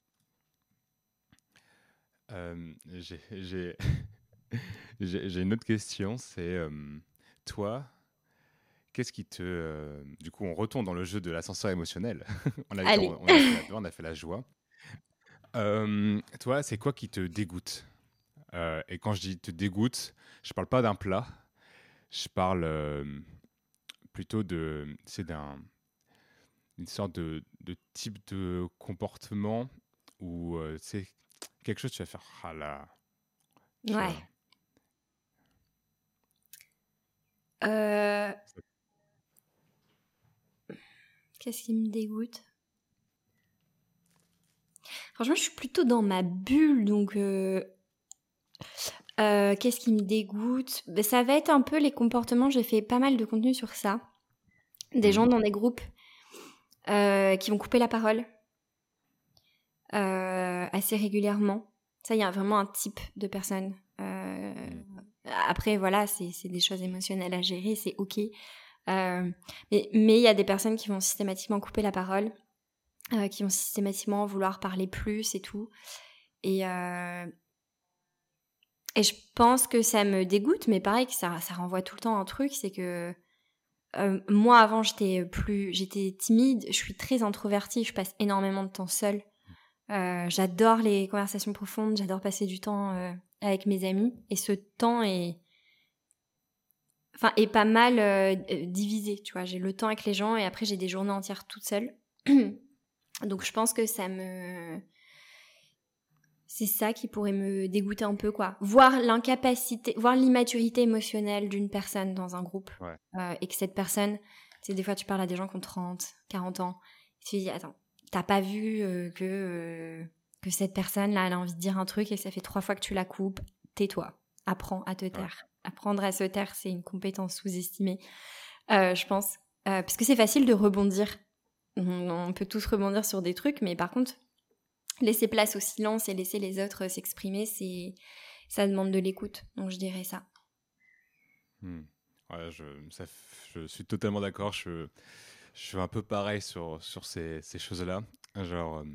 euh, j'ai j'ai- j'ai- j'ai une autre question, c'est euh, toi, qu'est-ce qui te... euh, du coup, on retourne dans le jeu de l'ascenseur émotionnel. On a été, Allez. on, on a été là-dedans, on a fait la joie. Euh, toi, c'est quoi qui te dégoûte? Euh, Et quand je dis te dégoûte, je parle pas d'un plat, je parle euh, plutôt de, c'est d'un, une sorte de, de type de comportement où euh, c'est quelque chose tu vas faire ah là, tu Ouais. vois. Euh, Qu'est-ce qui me dégoûte? Franchement, je suis plutôt dans ma bulle, donc euh, euh, qu'est-ce qui me dégoûte? Ben, ça va être un peu les comportements. J'ai fait pas mal de contenu sur ça. Des gens Mhm. dans des groupes euh, qui vont couper la parole euh, assez régulièrement. Ça, il y a vraiment un type de personne. Euh, Mhm. Après, voilà, c'est c'est des choses émotionnelles à gérer, c'est ok. Euh, mais mais il y a des personnes qui vont systématiquement couper la parole, euh, qui vont systématiquement vouloir parler plus et tout. Et, euh, et je pense que ça me dégoûte, mais pareil, que ça, ça renvoie tout le temps à un truc, c'est que euh, moi, avant, j'étais plus, j'étais timide, je suis très introvertie, je passe énormément de temps seule. Euh, j'adore les conversations profondes, j'adore passer du temps euh, avec mes amis, et ce temps est, enfin, est pas mal euh, divisé, tu vois. J'ai le temps avec les gens, et après, j'ai des journées entières toute seule. Donc, je pense que ça me... C'est ça qui pourrait me dégoûter un peu, quoi. Voir l'incapacité, voir l'immaturité émotionnelle d'une personne dans un groupe. Ouais. Euh, et que cette personne, tu sais, des fois, tu parles à des gens qui ont trente, quarante ans. Et tu te dis, attends, t'as pas vu euh, que, euh, que cette personne-là, elle a envie de dire un truc et que ça fait trois fois que tu la coupes. Tais-toi. Apprends à te Ouais. taire. Apprendre à se taire, c'est une compétence sous-estimée, euh, je pense. Euh, parce que c'est facile de rebondir. On, on peut tous rebondir sur des trucs, mais par contre, laisser place au silence et laisser les autres s'exprimer, c'est ça demande de l'écoute. Donc je dirais ça. Hmm. Ouais, je, ça f- je suis totalement d'accord. Je, je suis un peu pareil sur, sur ces, ces choses-là. Genre, euh,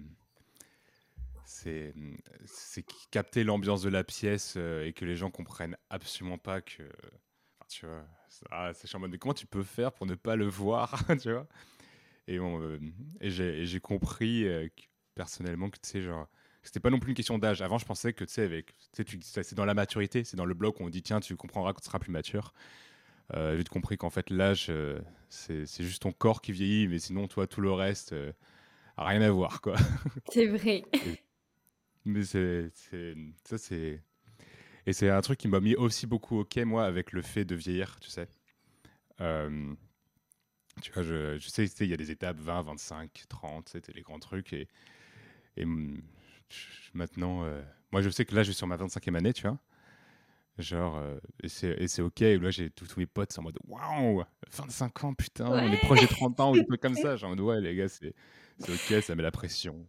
c'est, c'est capter l'ambiance de la pièce euh, et que les gens comprennent absolument pas que. Enfin, tu vois, c'est- ah, c'est je suis en mode, mais comment tu peux faire pour ne pas le voir, tu vois? Et, bon, euh, et j'ai et j'ai compris euh, que- personnellement que tu sais, genre, c'était pas non plus une question d'âge. Avant, je pensais que tu sais, avec, tu sais, tu- ça, c'est dans la maturité, c'est dans le bloc où on dit tiens, tu comprendras quand tu seras plus mature. Euh, j'ai vite compris qu'en fait, l'âge, euh, c'est c'est juste ton corps qui vieillit, mais sinon, toi, tout le reste, euh, a rien à voir, quoi. C'est vrai. Et- mais c'est, c'est, ça, c'est, et c'est un truc qui m'a mis aussi beaucoup au quai, moi, avec le fait de vieillir, tu sais. Euh, Tu vois, je, je sais, tu sais, il y a des étapes vingt, vingt-cinq, trente, c'était les grands trucs. Et, et mm, je- maintenant, euh, moi, je sais que là, je suis sur ma vingt-cinquième année, tu vois. Genre, euh, et c'est et c'est OK. Et là, j'ai tous tous mes potes, c'est en mode waouh, vingt-cinq ans, putain, on est proche Ouais. des trente ans ou des trucs comme ça. Genre, en mode, ouais, les gars, c'est c'est OK, ça met la pression.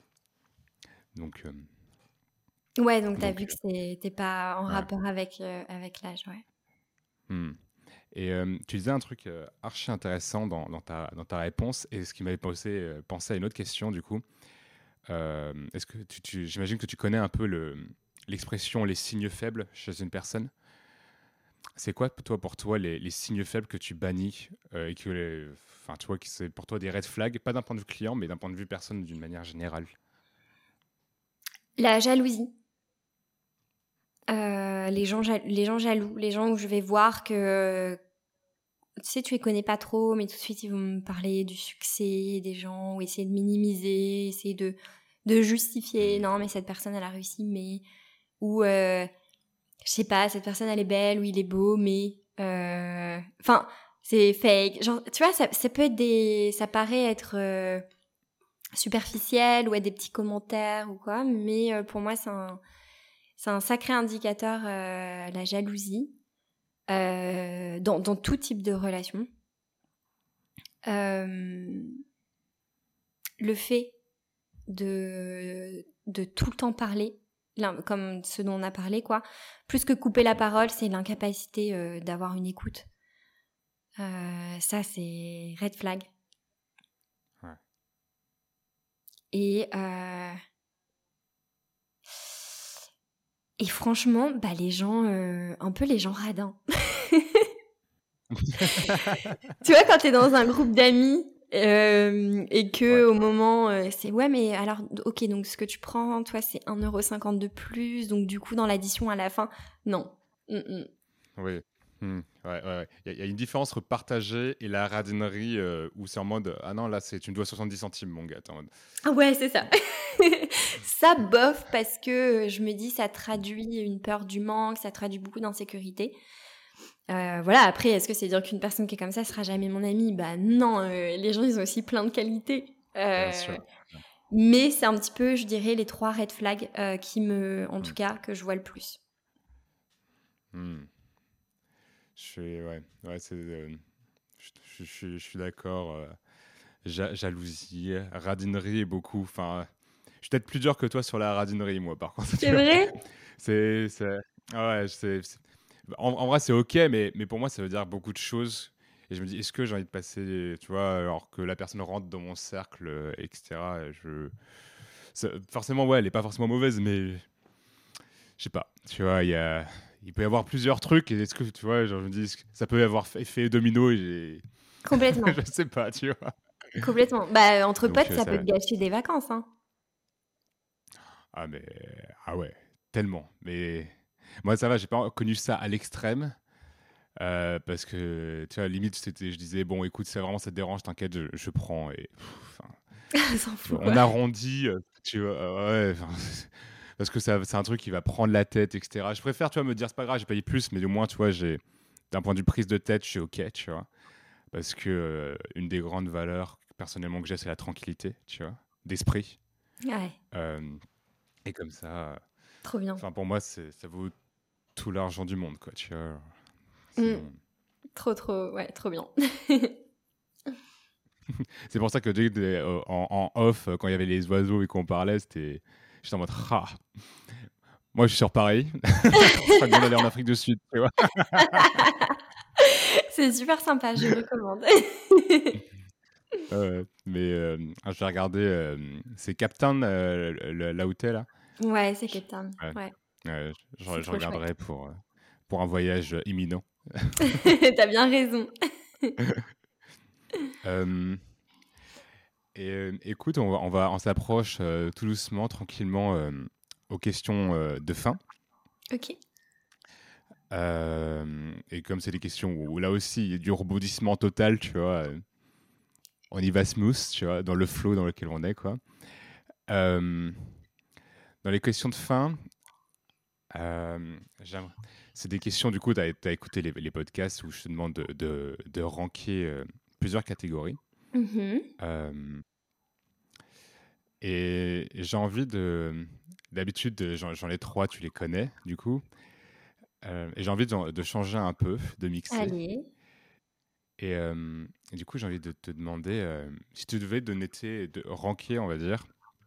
Donc, euh, Ouais, donc t'as donc vu que c'est t'es pas en euh, ouais. rapport avec euh, avec l'âge, ouais. Hmm. Et euh, tu disais un truc euh, archi intéressant dans, dans ta, dans ta réponse, et ce qui m'avait posé, euh, pensé à une autre question, du coup. Euh, est-ce que tu, tu- j'imagine que tu connais un peu le, l'expression les signes faibles chez une personne. C'est quoi toi pour toi les, les signes faibles que tu bannis euh, et que les- enfin tu vois qui c'est pour toi des red flags, pas d'un point de vue client mais d'un point de vue personne d'une manière générale. La jalousie. Euh, les gens ja- les gens jaloux, les gens où je vais voir que tu sais tu les connais pas trop, mais tout de suite ils vont me parler du succès des gens ou essayer de minimiser, essayer de de justifier. Hmm. Non, mais cette personne elle a réussi, mais ou euh, je sais pas, cette personne elle est belle ou il est beau, mais euh, enfin c'est fake. Genre tu vois, ça, ça peut être des, ça paraît être euh, superficielle ou à des petits commentaires ou quoi. Mais euh, pour moi, c'est un, c'est un sacré indicateur, euh, la jalousie, euh, dans, dans tout type de relation. Euh, le fait de, de tout le temps parler, comme ce dont on a parlé, quoi. Plus que couper la parole, c'est l'incapacité euh, d'avoir une écoute. Euh, ça, c'est red flag. Ouais. Et, euh... et franchement, bah, les gens, euh, un peu les gens radins. Tu vois, quand t'es dans un groupe d'amis euh, et que Ouais. au moment, euh, c'est ouais, mais alors, ok, donc ce que tu prends, toi, c'est un euro cinquante de plus, donc du coup, dans l'addition à la fin, non. Mm-mm. Oui. Hmm. Ouais, ouais, ouais. Il y, a- il y a une différence entre partager et la radinerie euh, où c'est en mode ah non, là, c'est tu me dois soixante-dix centimes, mon gars. T'es en mode, Ah ouais, c'est ça. Ça, bof, parce que je me dis, ça traduit une peur du manque, ça traduit beaucoup d'insécurité. Euh, voilà, après, est-ce que c'est dire qu'une personne qui est comme ça sera jamais mon amie? Bah non, euh, les gens, ils ont aussi plein de qualités. bien Euh, sûr. mais c'est un petit peu, je dirais, les trois red flags euh, qui me, en tout Hmm. cas, que je vois le plus. Hmm. Je suis, ouais, ouais, c'est, euh, je, je- je- je suis d'accord. euh, ja- jalousie, radinerie et beaucoup. Enfin, je suis peut-être plus dur que toi sur la radinerie, moi, par contre. Tu C'est vois. vrai? C'est, c'est, ah ouais, c'est, c'est- en, en vrai, c'est ok, mais, mais pour moi, ça veut dire beaucoup de choses. Et je me dis, est-ce que j'ai envie de passer, tu vois, alors que la personne rentre dans mon cercle, euh, et cetera et je... ça- forcément, ouais, elle est pas forcément mauvaise, mais je sais pas. Tu vois, il y a, il peut y avoir plusieurs trucs. Et est-ce que, tu vois, genre, je me dis, est-ce que ça peut y avoir effet domino et j'ai- Complètement. je sais pas, tu vois. Complètement. Bah, entre Donc, potes, euh, ça peut ça, te gâcher des vacances, hein. ah mais ah ouais, tellement. Mais moi ça va, j'ai pas connu ça à l'extrême euh, parce que tu vois limite c'était, je disais bon écoute c'est vraiment ça te dérange t'inquiète je, je prends et pff, enfin, S'en fout, on quoi. arrondit euh, tu vois euh, ouais enfin, parce que ça, c'est un truc qui va prendre la tête etc. Je préfère tu vois me dire c'est pas grave j'ai payé plus mais au moins tu vois j'ai d'un point de vue prise de tête je suis ok tu vois parce que euh, une des grandes valeurs personnellement que j'ai c'est la tranquillité tu vois d'esprit. Ouais, Euh, et comme ça. trop bien. Enfin, pour moi, c'est, ça vaut tout l'argent du monde, quoi, tu vois. Mm. Sinon... Trop, trop, ouais, trop bien. C'est pour ça que dès que, euh, en, en off, euh, quand il y avait les oiseaux et qu'on parlait, c'était... J'étais en mode, ah, moi je suis sur Paris, ce serait bien d'aller en Afrique du Sud, tu vois. C'est super sympa, je recommande. Euh, mais euh, je vais regarder, euh, c'est Captain, euh, le- là où t'es, là. Ouais, c'est Je- Cape Town. ouais, Ouais, ouais, je, c'est je- je trop chouette. regarderai pour, euh, pour un voyage imminent. T'as bien raison. Euh, et euh, écoute, on, va, on, va, on s'approche euh, tout doucement, tranquillement, euh, aux questions euh, de fin. Ok. Euh, et comme c'est des questions où là aussi il y a du rebondissement total, tu vois, euh, on y va smooth, tu vois, dans le flow dans lequel on est, quoi. Euh, dans les questions de fin, euh, j'aimerais- c'est des questions, du coup, tu as, écouté les, les podcasts où je te demande de, de, de ranker euh, plusieurs catégories. Mhm. Euh, et j'ai envie de... D'habitude, j'en j'en ai trois, tu les connais, du coup. Euh, et j'ai envie de, de changer un peu, de mixer. Allez. Et, euh, et du coup, j'ai envie de te demander euh, si tu devais donner tes, de ranker, on va dire,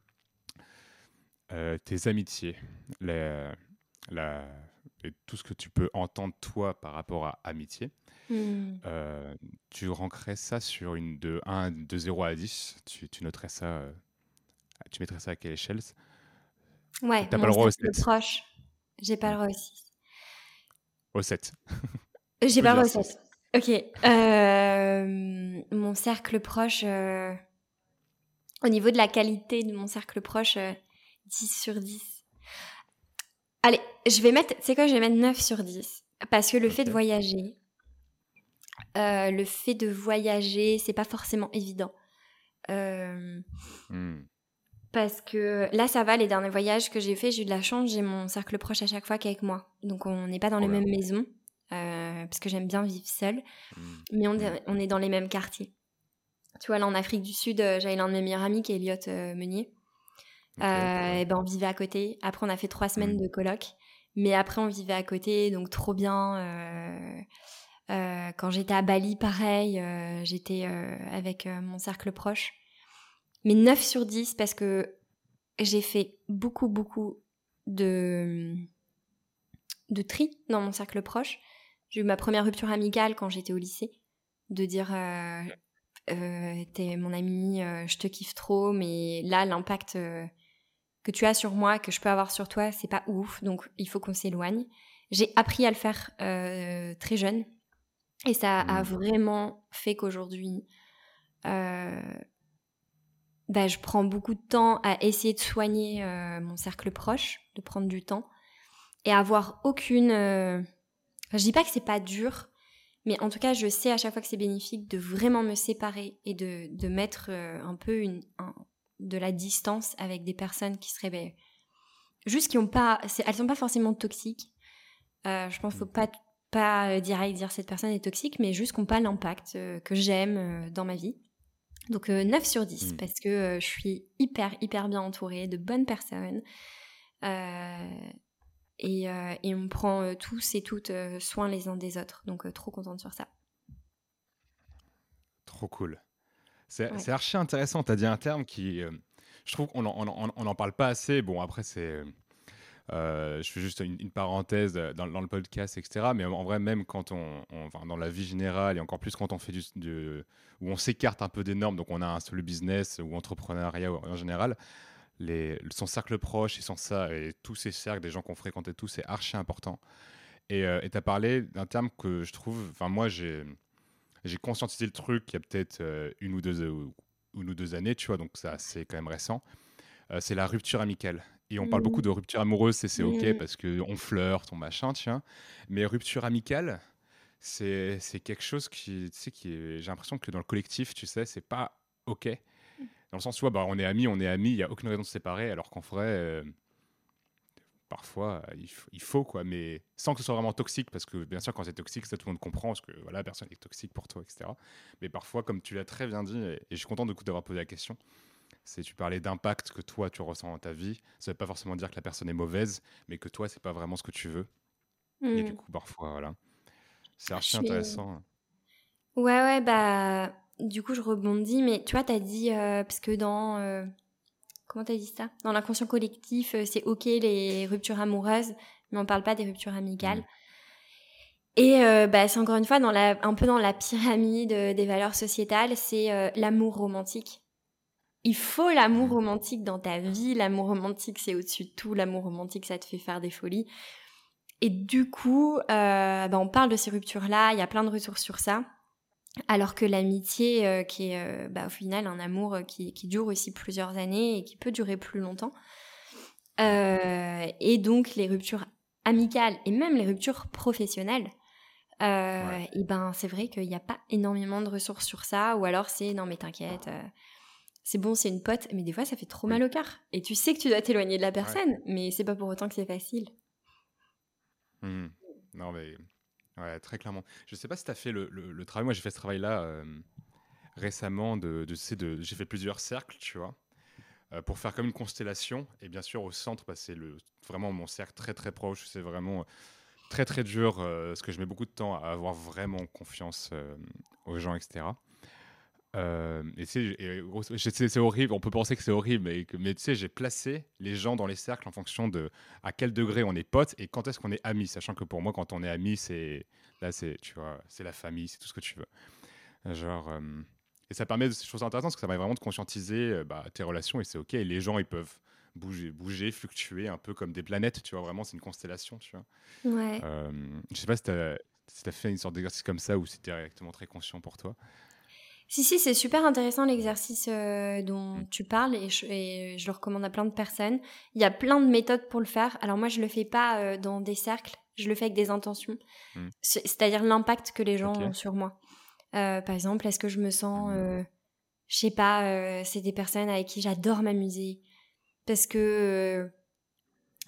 euh, tes amitiés, la, la- et tout ce que tu peux entendre toi par rapport à amitié. Hmm. euh, Tu rankerais ça sur une de un, de zéro à dix. Tu, tu noterais ça, euh, tu mettrais ça à quelle échelle? Ouais, T'as pas mon le droit au cercle sept. proche. J'ai pas Hmm. le droit aussi. Au sept. Tu J'ai peux pas le dire droit six. aussi. Ok. Euh, mon cercle proche, euh, au niveau de la qualité de mon cercle proche, euh, dix sur dix. Allez, je vais mettre, tu sais quoi, je vais mettre neuf sur dix. Parce que le fait de Ok. voyager, euh, le fait de voyager, c'est pas forcément évident. Euh, Hmm. parce que là, ça va, les derniers voyages que j'ai faits, j'ai eu de la chance, j'ai mon cercle proche à chaque fois qui est avec moi. Donc on n'est pas dans Trop les bien. mêmes maisons, euh, parce que j'aime bien vivre seule, Hmm. mais on Hmm. est, on est dans les mêmes quartiers. Tu vois, là, en Afrique du Sud, euh, j'avais l'un de mes meilleurs amis qui est Elliot euh, Meunier. Ok. Euh, et ben, on vivait à côté. Après, on a fait trois semaines Mm. de coloc. Mais après, on vivait à côté, donc trop bien. Euh, euh, quand j'étais à Bali, pareil, euh, j'étais euh, avec euh, mon cercle proche. Mais neuf sur dix, parce que j'ai fait beaucoup, beaucoup de, de tri dans mon cercle proche. J'ai eu ma première rupture amicale quand j'étais au lycée. De dire, euh, euh, t'es mon ami, euh, je te kiffe trop, mais là, l'impact euh, que tu as sur moi, que je peux avoir sur toi, c'est pas ouf, donc il faut qu'on s'éloigne. J'ai appris à le faire euh, très jeune, et ça a Mm. vraiment fait qu'aujourd'hui, euh, bah, je prends beaucoup de temps à essayer de soigner euh, mon cercle proche, de prendre du temps, et avoir aucune... Euh... Enfin, je dis pas que c'est pas dur, mais en tout cas, je sais à chaque fois que c'est bénéfique de vraiment me séparer et de, de mettre euh, un peu une, un, de la distance avec des personnes qui seraient... Ben, juste qui ont pas... c'est- elles sont pas forcément toxiques. Euh, je pense qu'il faut pas, pas euh, direct dire cette personne est toxique, mais juste qui n'ont pas l'impact euh, que j'aime euh, dans ma vie. Donc euh, neuf sur dix, Mm. parce que euh, je suis hyper, hyper bien entourée de bonnes personnes. Euh, et, euh, et on prend euh, tous et toutes euh, soin les uns des autres. Donc euh, trop contente sur ça. Trop cool. C'est Ouais. c'est archi intéressant. Tu as dit un terme qui, euh, je trouve qu'on n'en on, en- on en parle pas assez. Bon, après, c'est, euh, je fais juste une, une parenthèse dans, dans le podcast, et cetera. Mais en vrai, même quand on, on- enfin, dans la vie générale et encore plus quand on fait du, du- où on s'écarte un peu des normes, donc on a un seul business ou entrepreneuriat en général, les, son cercle proche et sans ça et tous ces cercles, des gens qu'on fréquente et tout, c'est archi important. Et euh, tu as parlé d'un terme que je trouve, enfin moi j'ai j'ai conscientisé le truc il y a peut-être euh, une ou deux euh, une ou deux années, tu vois, donc ça c'est quand même récent. Euh, c'est la rupture amicale. Et on parle beaucoup Mmh. de rupture amoureuse, et c'est ok Mmh. parce que on flirte, on machin, tiens. Mais rupture amicale, c'est c'est quelque chose qui, tu sais, qui est, j'ai l'impression que dans le collectif, tu sais, c'est pas ok. Dans le sens où, bah, on est amis, on est amis, il y a aucune raison de se séparer, alors qu'en vrai, euh, parfois, euh, il, f- il faut, quoi, mais sans que ce soit vraiment toxique, parce que bien sûr, quand c'est toxique, ça tout le monde comprend, parce que voilà, personne n'est toxique pour toi, et cetera. Mais parfois, comme tu l'as très bien dit, et, et je suis content de coup d'avoir posé la question, c'est tu parlais d'impact que toi tu ressens dans ta vie. Ça veut pas forcément dire que la personne est mauvaise, mais que toi c'est pas vraiment ce que tu veux. Et du Mmh. coup, parfois, voilà, c'est Je archi suis... intéressant. Ouais, ouais, bah... Du coup, je rebondis, mais tu vois, t'as dit... euh, parce que dans... euh, comment t'as dit ça? Dans l'inconscient collectif, euh, c'est ok les ruptures amoureuses, mais on parle pas des ruptures amicales. Mm. Et euh, bah, c'est encore une fois dans la, un peu dans la pyramide euh, des valeurs sociétales, c'est euh, l'amour romantique. Il faut l'amour Mm. romantique dans ta vie. L'amour romantique, c'est au-dessus de tout. L'amour romantique, ça te fait faire des folies. Et du coup, euh, bah, on parle de ces ruptures-là. Il y a plein de ressources sur ça. Alors que l'amitié, euh, qui est euh, bah, au final un amour euh, qui, qui dure aussi plusieurs années et qui peut durer plus longtemps. Euh, et donc les ruptures amicales et même les ruptures professionnelles, euh, Ouais. et ben c'est vrai qu'il n'y a pas énormément de ressources sur ça, ou alors c'est non mais t'inquiète, euh, c'est bon, c'est une pote, mais des fois ça fait trop Oui. mal au cœur. Et tu sais que tu dois t'éloigner de la Ouais. personne, mais c'est pas pour autant que c'est facile. Mm. Non, mais ouais, très clairement. Je sais pas si tu as fait le, le- le travail. Moi, j'ai fait ce travail-là euh, récemment. De, de, tu sais, de, j'ai fait plusieurs cercles, tu vois, euh, pour faire comme une constellation. Et bien sûr, au centre, bah, c'est le, vraiment mon cercle très très proche. C'est vraiment très très dur, euh, parce que je mets beaucoup de temps à avoir vraiment confiance euh, aux gens, et cetera. Euh, et tu sais, et, gros, je sais, c'est horrible, on peut penser que c'est horrible, mais, que- mais tu sais, j'ai placé les gens dans les cercles en fonction de à quel degré on est potes et quand est-ce qu'on est amis, sachant que pour moi, quand on est amis, c'est là, c'est tu vois, c'est la famille, c'est tout ce que tu veux. Genre, euh, et ça permet de je trouve ça intéressant parce que ça permet vraiment de conscientiser euh, bah, tes relations et c'est ok. Et les gens, ils peuvent bouger, bouger, fluctuer un peu comme des planètes, tu vois. Vraiment, c'est une constellation, tu vois. Ouais. Euh, je sais pas si t'as si t'as fait une sorte d'exercice comme ça ou si t'es directement très conscient pour toi. Si, si, c'est super intéressant l'exercice euh, dont Mm. tu parles et je, et je le recommande à plein de personnes. Il y a plein de méthodes pour le faire. Alors moi, je le fais pas euh, dans des cercles, je le fais avec des intentions. Mm. C'est- C'est-à-dire l'impact que les gens Ok. ont sur moi. Euh, par exemple, est-ce que je me sens, Mm. euh, je sais pas, euh, c'est des personnes avec qui j'adore m'amuser parce que euh,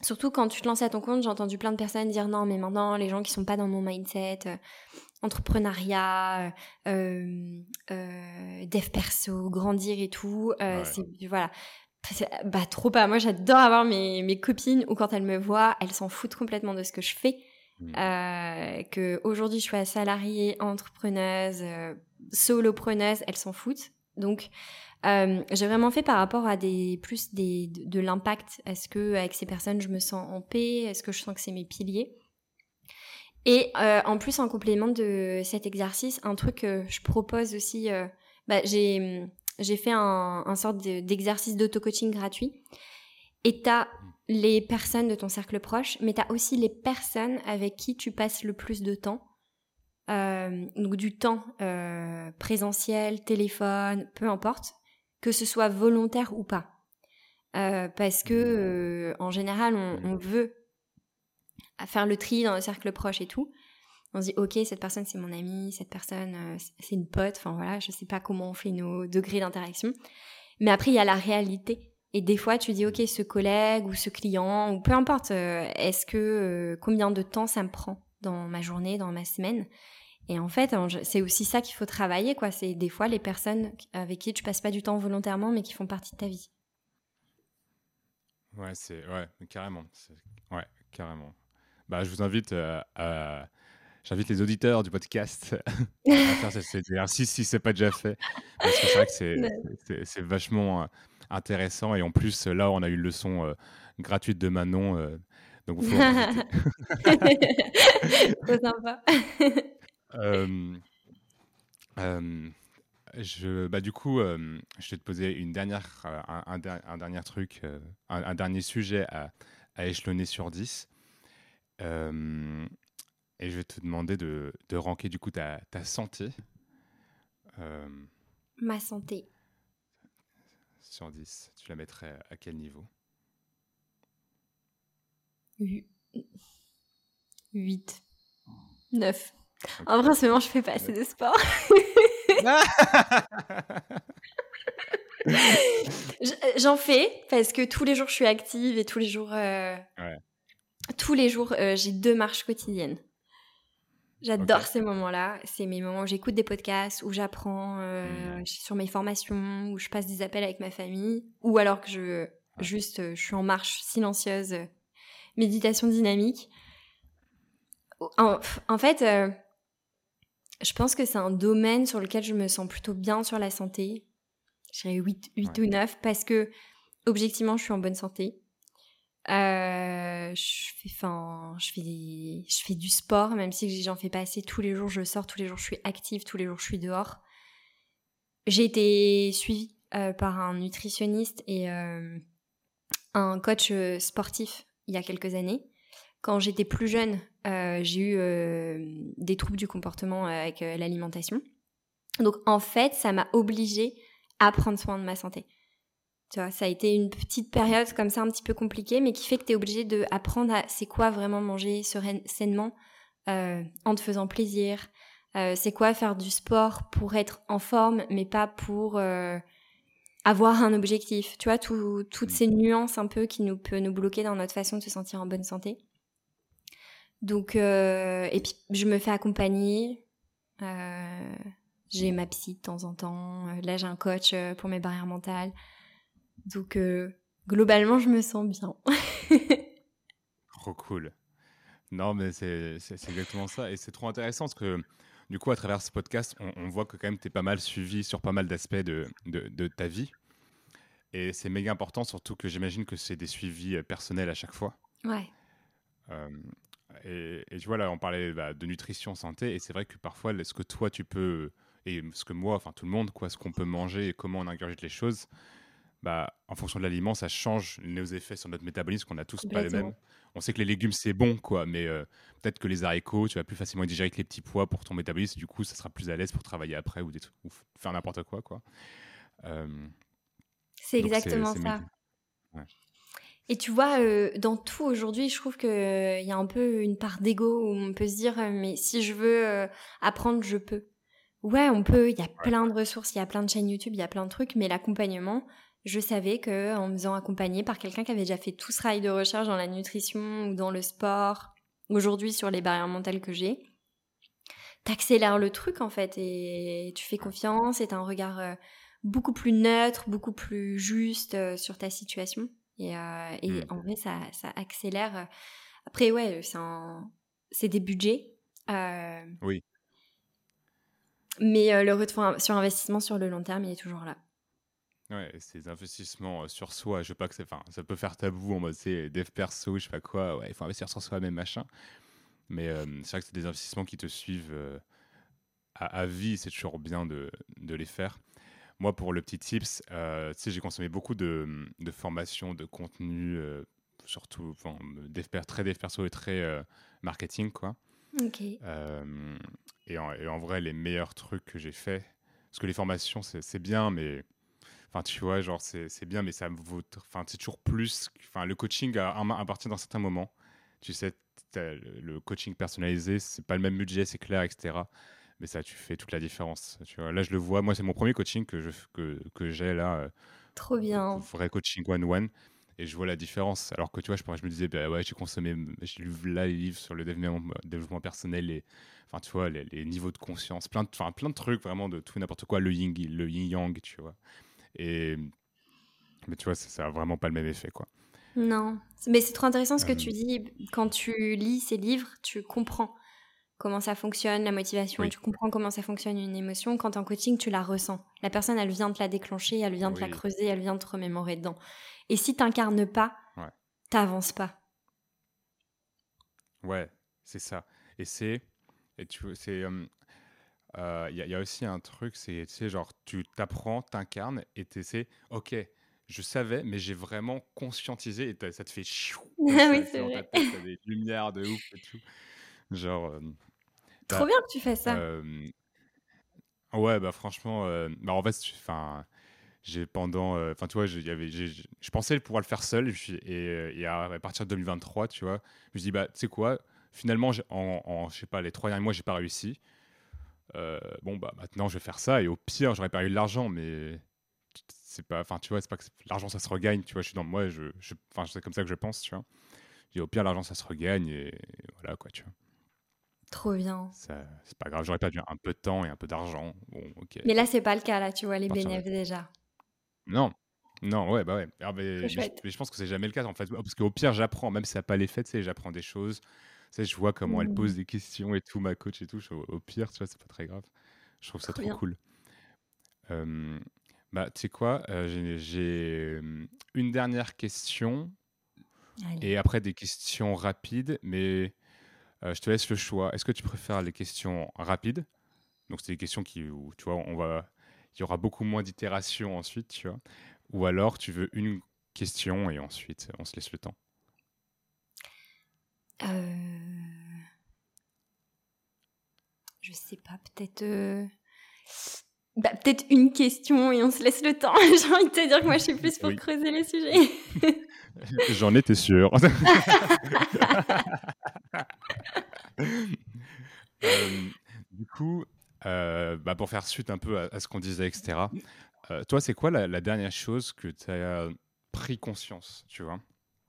surtout quand tu te lances à ton compte, j'ai entendu plein de personnes dire non, mais maintenant, les gens qui sont pas dans mon mindset, euh, entrepreneuriat, euh, euh, dev perso, grandir et tout, euh, Ouais. c'est, voilà. C'est, bah, trop pas. Moi, j'adore avoir mes, mes copines où quand elles me voient, elles s'en foutent complètement de ce que je fais. Mm. Euh, que aujourd'hui, je sois salariée, entrepreneuse, euh, solopreneuse, elles s'en foutent. Donc, euh, j'ai vraiment fait par rapport à des plus des de, de l'impact. Est-ce que avec ces personnes, je me sens en paix? Est-ce que je sens que c'est mes piliers? Et euh, en plus, en complément de cet exercice, un truc que je propose aussi, euh, bah, j'ai j'ai fait un, un sorte de, d'exercice d'auto-coaching gratuit. Et t'as les personnes de ton cercle proche, mais t'as aussi les personnes avec qui tu passes le plus de temps. Euh, donc du temps euh, présentiel, téléphone, peu importe, que ce soit volontaire ou pas. Euh, parce que euh, en général, on, on veut faire le tri dans le cercle proche et tout. On se dit ok, cette personne c'est mon amie, cette personne euh, c'est une pote. Enfin voilà, je sais pas comment on fait nos degrés d'interaction. Mais après il y a la réalité. Et des fois tu dis ok, ce collègue ou ce client ou peu importe, euh, est-ce que euh, combien de temps ça me prend dans ma journée, dans ma semaine. Et en fait, c'est aussi ça qu'il faut travailler, quoi. C'est des fois les personnes avec qui tu passes pas du temps volontairement, mais qui font partie de ta vie. Ouais, c'est ouais, carrément. C'est... Ouais, carrément. Bah, je vous invite euh, à, j'invite les auditeurs du podcast à, à faire cet exercice si c'est pas déjà fait, parce que c'est vrai que c'est c'est, c'est vachement euh, intéressant et en plus là on a eu une leçon euh, gratuite de Manon, euh, donc il faut en profiter. Trop sympa. euh, euh, Je, bah du coup, euh, je vais te poser une dernière, euh, un, un, der- un dernier truc, euh, un, un dernier sujet à, à échelonner sur dix. Euh, et je vais te demander de, de ranker du coup ta, ta santé euh, Ma santé. sur dix. Tu la mettrais à quel niveau? huit. neuf. Okay. En vrai, en ce moment, je fais pas assez de sport. J'en fais parce que tous les jours je suis active et tous les jours euh, ouais. tous les jours euh, j'ai deux marches quotidiennes. J'adore okay. ces moments-là, c'est mes moments où j'écoute des podcasts, où j'apprends euh, mmh. sur mes formations, où je passe des appels avec ma famille, ou alors que je ouais. juste euh, je suis en marche silencieuse, euh, méditation dynamique. En, en fait, euh, je pense que c'est un domaine sur lequel je me sens plutôt bien sur la santé. Je dirais huit, huit ouais. ou neuf parce que objectivement, je suis en bonne santé. Euh, je fais, enfin, je fais des, je fais du sport, même si j'en fais pas assez. Tous les jours, je sors, tous les jours, je suis active, tous les jours, je suis dehors. J'ai été suivie euh, par un nutritionniste et euh, un coach sportif il y a quelques années. Quand j'étais plus jeune, euh, j'ai eu euh, des troubles du comportement avec euh, l'alimentation. Donc, en fait, ça m'a obligée à prendre soin de ma santé. Tu vois, ça a été une petite période comme ça un petit peu compliquée, mais qui fait que t'es obligé de apprendre à c'est quoi vraiment manger sereine, sainement, euh, en te faisant plaisir. Euh, c'est quoi faire du sport pour être en forme, mais pas pour euh, avoir un objectif. Tu vois, tout, toutes ces nuances un peu qui nous peut nous bloquer dans notre façon de se sentir en bonne santé. Donc, euh, et puis je me fais accompagner. Euh, j'ai ma psy de temps en temps. Là, j'ai un coach pour mes barrières mentales. Donc, euh, globalement, je me sens bien. Trop cool. Non, mais c'est, c'est, c'est exactement ça. Et c'est trop intéressant parce que, du coup, à travers ce podcast, on, on voit que quand même, tu es pas mal suivi sur pas mal d'aspects de, de, de ta vie. Et c'est méga important, surtout que j'imagine que c'est des suivis personnels à chaque fois. Ouais. Euh, et, et tu vois, là, on parlait bah, de nutrition, santé. Et c'est vrai que parfois, ce que toi, tu peux... Et ce que moi, enfin tout le monde, quoi, ce qu'on peut manger et comment on ingurgite les choses... Bah, en fonction de l'aliment, ça change nos effets sur notre métabolisme, qu'on n'a tous pas les mêmes. On sait que les légumes, c'est bon, quoi, mais euh, peut-être que les haricots, tu vas plus facilement digérer que les petits pois pour ton métabolisme, du coup, ça sera plus à l'aise pour travailler après ou, des trucs, ou faire n'importe quoi, quoi. Euh, c'est exactement c'est, c'est ça. Ouais. Et tu vois, euh, dans tout aujourd'hui, je trouve qu'il euh, y a un peu une part d'ego où on peut se dire, euh, mais si je veux euh, apprendre, je peux. Ouais, on peut, il y a ouais. plein de ressources, il y a plein de chaînes YouTube, il y a plein de trucs, mais l'accompagnement... je savais qu'en me faisant accompagner par quelqu'un qui avait déjà fait tout ce travail de recherche dans la nutrition ou dans le sport, aujourd'hui sur les barrières mentales que j'ai, t'accélères le truc en fait et tu fais confiance et t'as un regard euh, beaucoup plus neutre, beaucoup plus juste euh, sur ta situation. Et, euh, et Mm. en vrai, ça, ça accélère. Après, ouais, c'est, un... c'est des budgets. Euh... Oui. Mais euh, le retour sur investissement sur le long terme, il est toujours là. Ouais, ces investissements euh, sur soi, je sais pas que c'est, enfin, ça peut faire tabou en mode, c'est dev perso, je sais pas quoi, ouais, il faut investir sur soi-même, machin. Mais euh, c'est vrai que c'est des investissements qui te suivent euh, à, à vie, c'est toujours bien de, de les faire. Moi, pour le petit tips, euh, tu sais, j'ai consommé beaucoup de, de formations, de contenu, euh, surtout, enfin, dev per- très dev perso et très euh, marketing, quoi. Ok. Euh, et, en, et en vrai, les meilleurs trucs que j'ai fait, parce que les formations, c'est c'est bien, mais enfin, tu vois, genre, c'est c'est bien, mais ça me vaut. Enfin, c'est toujours plus. Enfin, le coaching, à, à partir d'un certain moment, tu sais, t'as le le coaching personnalisé, c'est pas le même budget, c'est clair, et cetera. Mais ça, tu fais toute la différence. Tu vois, là, je le vois. Moi, c'est mon premier coaching que je que, que j'ai là, euh, Trop euh, bien. vrai coaching one-one. Et je vois la différence. Alors que tu vois, je, je me disais, bah ouais, j'ai consommé, j'ai lu là les livres sur le développement, développement personnel et, enfin, tu vois, les, les niveaux de conscience, plein de, enfin, plein de trucs vraiment de tout et n'importe quoi, le yin, le yin yang, tu vois. Et mais tu vois, ça, ça a vraiment pas le même effet, quoi. Non. Mais c'est trop intéressant ce que Euh, tu dis. Quand tu lis ces livres, tu comprends comment ça fonctionne, la motivation, oui, tu comprends comment ça fonctionne une émotion. Quand t'es en coaching, tu la ressens. La personne, elle vient de la déclencher, elle vient de la oui, creuser, elle vient de te remémorer dedans. Et si t'incarnes pas, ouais, t'avances pas. ouais, c'est ça. Et c'est, et tu vois, c'est, il euh, y, a y a aussi un truc, c'est, tu sais, genre, tu t'apprends, t'incarnes et tu sais, ok, je savais, mais j'ai vraiment conscientisé et t'as- ça te fait chiou, comme Ah oui, ça, tu sais, c'est dans ta vrai. tête, t'as des lumières de ouf et tout. Genre, euh, Trop bah, bien que tu fasses ça. euh, ouais, bah franchement, euh, bah en fait, enfin, j'ai pendant, euh, enfin tu vois, j'ai- y avait, j'ai- j'ai- je pensais pouvoir le faire seul et, puis- et, euh, et à, à partir de deux mille vingt-trois, tu vois, je me dis bah tu sais quoi, finalement j'ai- en, en je sais pas les trois derniers mois j'ai pas réussi. Euh, bon bah maintenant je vais faire ça et au pire j'aurais perdu de l'argent, mais c'est pas, enfin tu vois, c'est pas que c'est- l'argent ça se regagne, tu vois, je suis dans moi, je, je- enfin c'est comme ça que je pense, tu vois. Je dis, au pire l'argent ça se regagne et, voilà quoi, tu vois. Trop bien. Ça, c'est pas grave, j'aurais perdu un peu de temps et un peu d'argent. Bon, ok. Mais là, c'est pas le cas, là, tu vois, À les partir de bénéfices déjà. Non, non, ouais, bah ouais. Ah, Trop mais, mais je, chouette. mais je pense que c'est jamais le cas en fait. Parce qu'au pire, j'apprends, même si ça n'a pas l'effet, tu sais, j'apprends des choses. Tu sais, je vois comment elle Mhm. pose des questions et tout, ma coach et tout. je- au pire, tu vois, c'est pas très grave. Je trouve ça Trop trop bien. cool. Euh, bah, tu sais quoi, euh, j'ai j'ai, euh, une dernière question Allez. et après des questions rapides, mais euh, je te laisse le choix. Est-ce que tu préfères les questions rapides? Donc, c'est des questions qui, où, tu vois, on va, il y aura beaucoup moins d'itérations ensuite, tu vois. Ou alors, tu veux une question et ensuite, on se laisse le temps. Euh... Je sais pas, peut-être... euh, Bah, peut-être une question et on se laisse le temps. J'ai envie de te dire que moi, je suis plus pour Oui, creuser les sujets. j'en étais sûr. Euh, du coup, euh, bah, pour faire suite un peu à, à ce qu'on disait, et cetera, euh, toi, c'est quoi la, la dernière chose que tu as pris conscience, tu vois,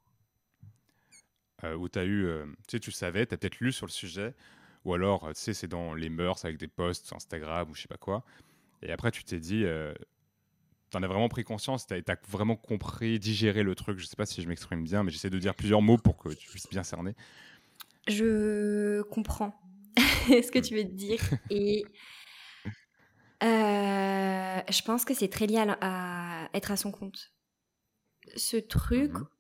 euh, où tu as eu, euh, tu sais, tu savais, tu as peut-être lu sur le sujet, ou alors, euh, tu sais, c'est dans les mœurs avec des posts Instagram ou je sais pas quoi, et après, tu t'es dit, euh, t'en as vraiment pris conscience, t'as as vraiment compris, digéré le truc, je sais pas si je m'exprime bien, mais j'essaie de dire plusieurs mots pour que tu puisses bien cerner. Je comprends ce que Hmm. tu veux dire et euh, je pense que c'est très lié à, la- à être à son compte. Ce truc Mhm.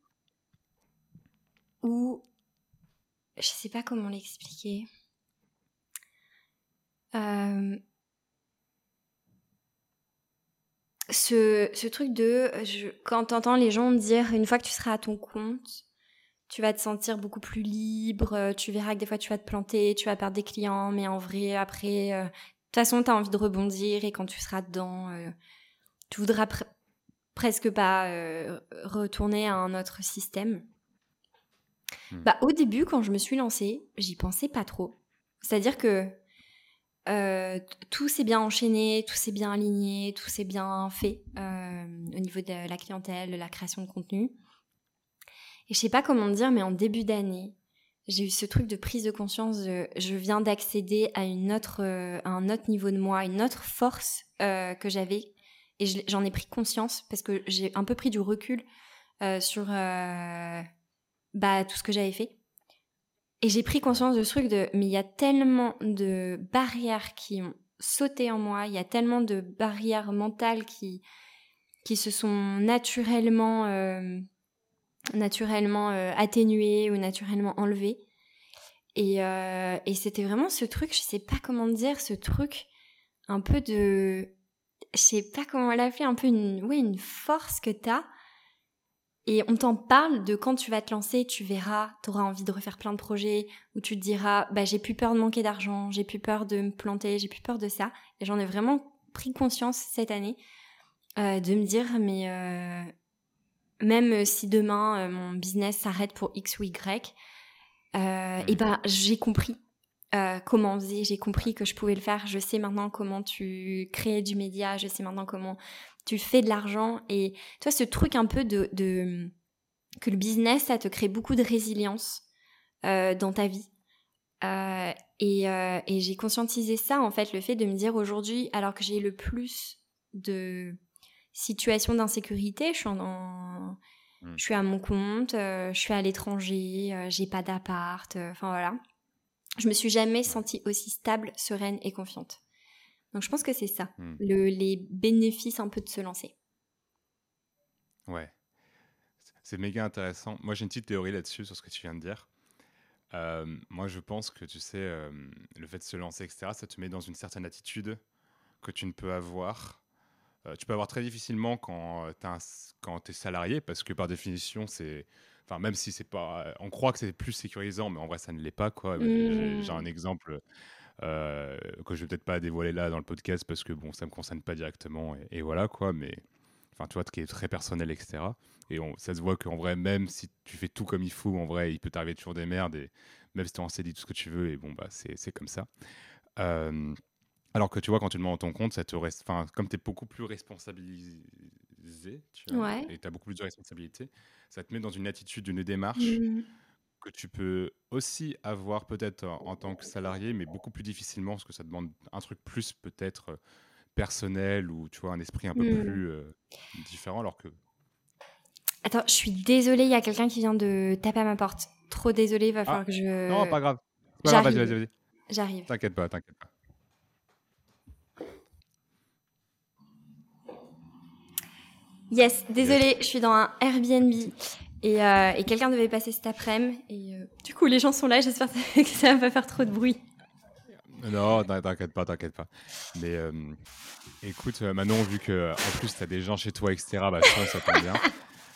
où je sais pas comment l'expliquer. Euh, ce, ce truc de je, quand t'entends les gens dire une fois que tu seras à ton compte, tu vas te sentir beaucoup plus libre, euh, tu verras que des fois tu vas te planter, tu vas perdre des clients, mais en vrai après, euh, de toute façon t'as envie de rebondir et quand tu seras dedans, euh, tu voudras pre- presque pas euh, retourner à un autre système. Hmm. Bah au début quand je me suis lancée, j'y pensais pas trop. C'est-à-dire que euh, tout s'est bien enchaîné, tout s'est bien aligné, tout s'est bien fait euh, au niveau de la clientèle, de la création de contenu. Et je sais pas comment dire, mais en début d'année, j'ai eu ce truc de prise de conscience de je viens d'accéder à une autre, euh, à un autre niveau de moi, une autre force euh, que j'avais. Et je, j'en ai pris conscience parce que j'ai un peu pris du recul euh, sur euh, bah, tout ce que j'avais fait. Et j'ai pris conscience de ce truc de mais il y a tellement de barrières qui ont sauté en moi, il y a tellement de barrières mentales qui, qui se sont naturellement, euh, naturellement euh, atténuées ou naturellement enlevées. Et, euh, et c'était vraiment ce truc, je sais pas comment dire, ce truc un peu de... Je sais pas comment l'appeler, un peu une, ouais, une force que t'as. Et on t'en parle de quand tu vas te lancer, tu verras, t'auras envie de refaire plein de projets, où tu te diras, bah j'ai plus peur de manquer d'argent, j'ai plus peur de me planter, j'ai plus peur de ça. Et j'en ai vraiment pris conscience cette année, euh, de me dire, mais euh, même si demain euh, mon business s'arrête pour X ou Y, euh, et ben j'ai compris euh, comment on faisait, j'ai compris que je pouvais le faire, je sais maintenant comment tu crées du média, je sais maintenant comment tu fais de l'argent. Et toi, ce truc un peu de, de que le business, ça te crée beaucoup de résilience euh, dans ta vie. Euh, et, euh, et j'ai conscientisé ça, en fait, le fait de me dire aujourd'hui, alors que j'ai le plus de situations d'insécurité, je suis en, en mmh. je suis à mon compte, euh, je suis à l'étranger, euh, j'ai pas d'appart, enfin euh, voilà. Je me suis jamais sentie aussi stable, sereine et confiante. Donc je pense que c'est ça, mmh. le, les bénéfices un peu de se lancer. Ouais, c'est méga intéressant. Moi j'ai une petite théorie là-dessus sur ce que tu viens de dire. Euh, moi je pense que tu sais, euh, le fait de se lancer, et cetera, ça te met dans une certaine attitude que tu ne peux avoir. Euh, tu peux avoir très difficilement quand tu es salarié, parce que par définition, c'est... Enfin, même si c'est pas... On croit que c'est plus sécurisant, mais en vrai, ça ne l'est pas, quoi. Mmh. J'ai, j'ai un exemple euh, que je vais peut-être pas dévoiler là dans le podcast, parce que, bon, ça me concerne pas directement, et, et voilà, quoi, mais... Enfin, tu vois, qui est très personnel, et cetera. Et on, ça se voit qu'en vrai, même si tu fais tout comme il faut, en vrai, il peut t'arriver toujours des merdes, et même si tu en C D I tout ce que tu veux, et bon, bah, c'est, c'est comme ça. Euh... Alors que tu vois, quand tu le mets en ton compte, ça te reste, enfin, comme tu es beaucoup plus responsabilisé, tu vois, ouais. et tu as beaucoup plus de responsabilités, ça te met dans une attitude, une démarche mmh. que tu peux aussi avoir peut-être en, en tant que salarié, mais beaucoup plus difficilement, parce que ça demande un truc plus peut-être personnel ou tu vois, un esprit un peu mmh. plus euh, différent, alors que... Attends, je suis désolée, il y a quelqu'un qui vient de taper à ma porte. Trop désolée, il va falloir ah, que je... Non, pas grave. Pas grave, vas-y, vas-y, vas-y. J'arrive. T'inquiète pas, t'inquiète pas. Yes, désolée, yes. Je suis dans un Airbnb et, euh, et quelqu'un devait passer cet après-midi et euh, du coup les gens sont là, j'espère que ça va pas faire trop de bruit. Non, t'inquiète pas, t'inquiète pas. Mais euh, écoute, Manon, vu que en plus t'as des gens chez toi, et cetera, bah je pense que ça tombe bien.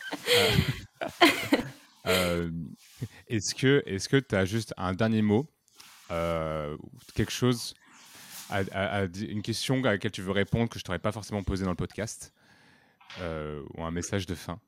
Euh, euh, est-ce que est-ce que t'as juste un dernier mot, euh, quelque chose, à, à, à, une question à laquelle tu veux répondre que je t'aurais pas forcément posé dans le podcast, euh, ou un message de fin?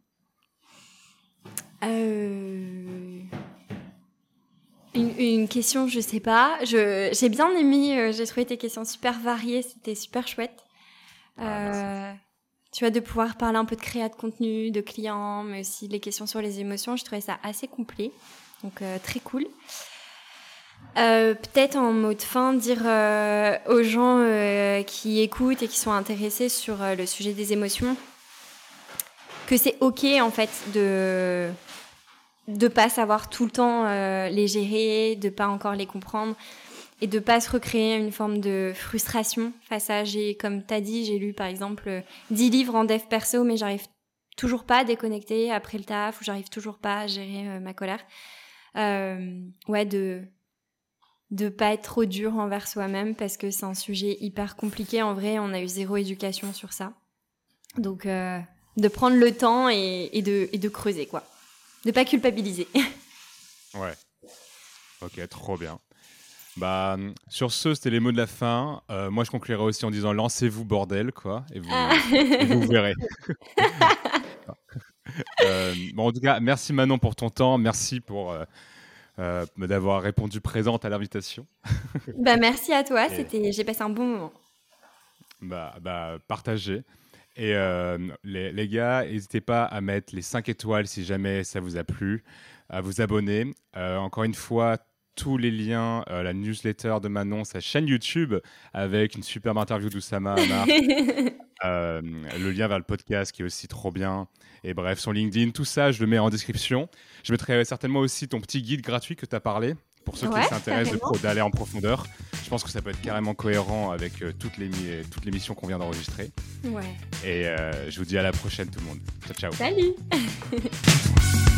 Euh... Une, une question, je sais pas. Je, j'ai bien aimé, euh, j'ai trouvé tes questions super variées, c'était super chouette. Ah, euh, tu vois, de pouvoir parler un peu de créa de contenu, de clients, mais aussi les questions sur les émotions, je trouvais ça assez complet. Donc, euh, très cool. Euh, peut-être en mot de fin, dire euh, aux gens euh, qui écoutent et qui sont intéressés sur euh, le sujet des émotions que c'est ok, en fait, de... de pas savoir tout le temps euh, les gérer, de pas encore les comprendre et de pas se recréer une forme de frustration face à, j'ai, comme t'as dit, j'ai lu par exemple dix livres en dev perso, mais j'arrive toujours pas à déconnecter après le taf, ou j'arrive toujours pas à gérer euh, ma colère. Euh, ouais, de de pas être trop dur envers soi-même, parce que c'est un sujet hyper compliqué. En vrai, on a eu zéro éducation sur ça. Donc, euh, de prendre le temps et, et, de, et de creuser, quoi. De pas culpabiliser. Ouais. Ok, trop bien. Bah, sur ce, c'était les mots de la fin. Euh, moi, je conclurai aussi en disant lancez-vous, bordel, quoi, et vous, ah. et vous verrez. euh, bon, en tout cas, merci Manon pour ton temps. Merci pour, euh, euh, d'avoir répondu présente à l'invitation. Bah, merci à toi, Et- c'était... j'ai passé un bon moment. Bah, bah, partagez. Et euh, les, les gars, n'hésitez pas à mettre les cinq étoiles si jamais ça vous a plu, à vous abonner. Euh, encore une fois, tous les liens, euh, la newsletter de Manon, sa chaîne YouTube avec une superbe interview d'Oussama Hamar, euh, le lien vers le podcast qui est aussi trop bien. Et bref, son LinkedIn, tout ça, je le mets en description. Je mettrai certainement aussi ton petit guide gratuit que tu as parlé pour ceux Ouais, qui s'intéressent de carrément. pro- d'aller en profondeur. Je pense que ça peut être carrément cohérent avec euh, toutes, les, mi- toutes les missions qu'on vient d'enregistrer. Ouais. Et euh, je vous dis à la prochaine tout le monde. Ciao, ciao. Salut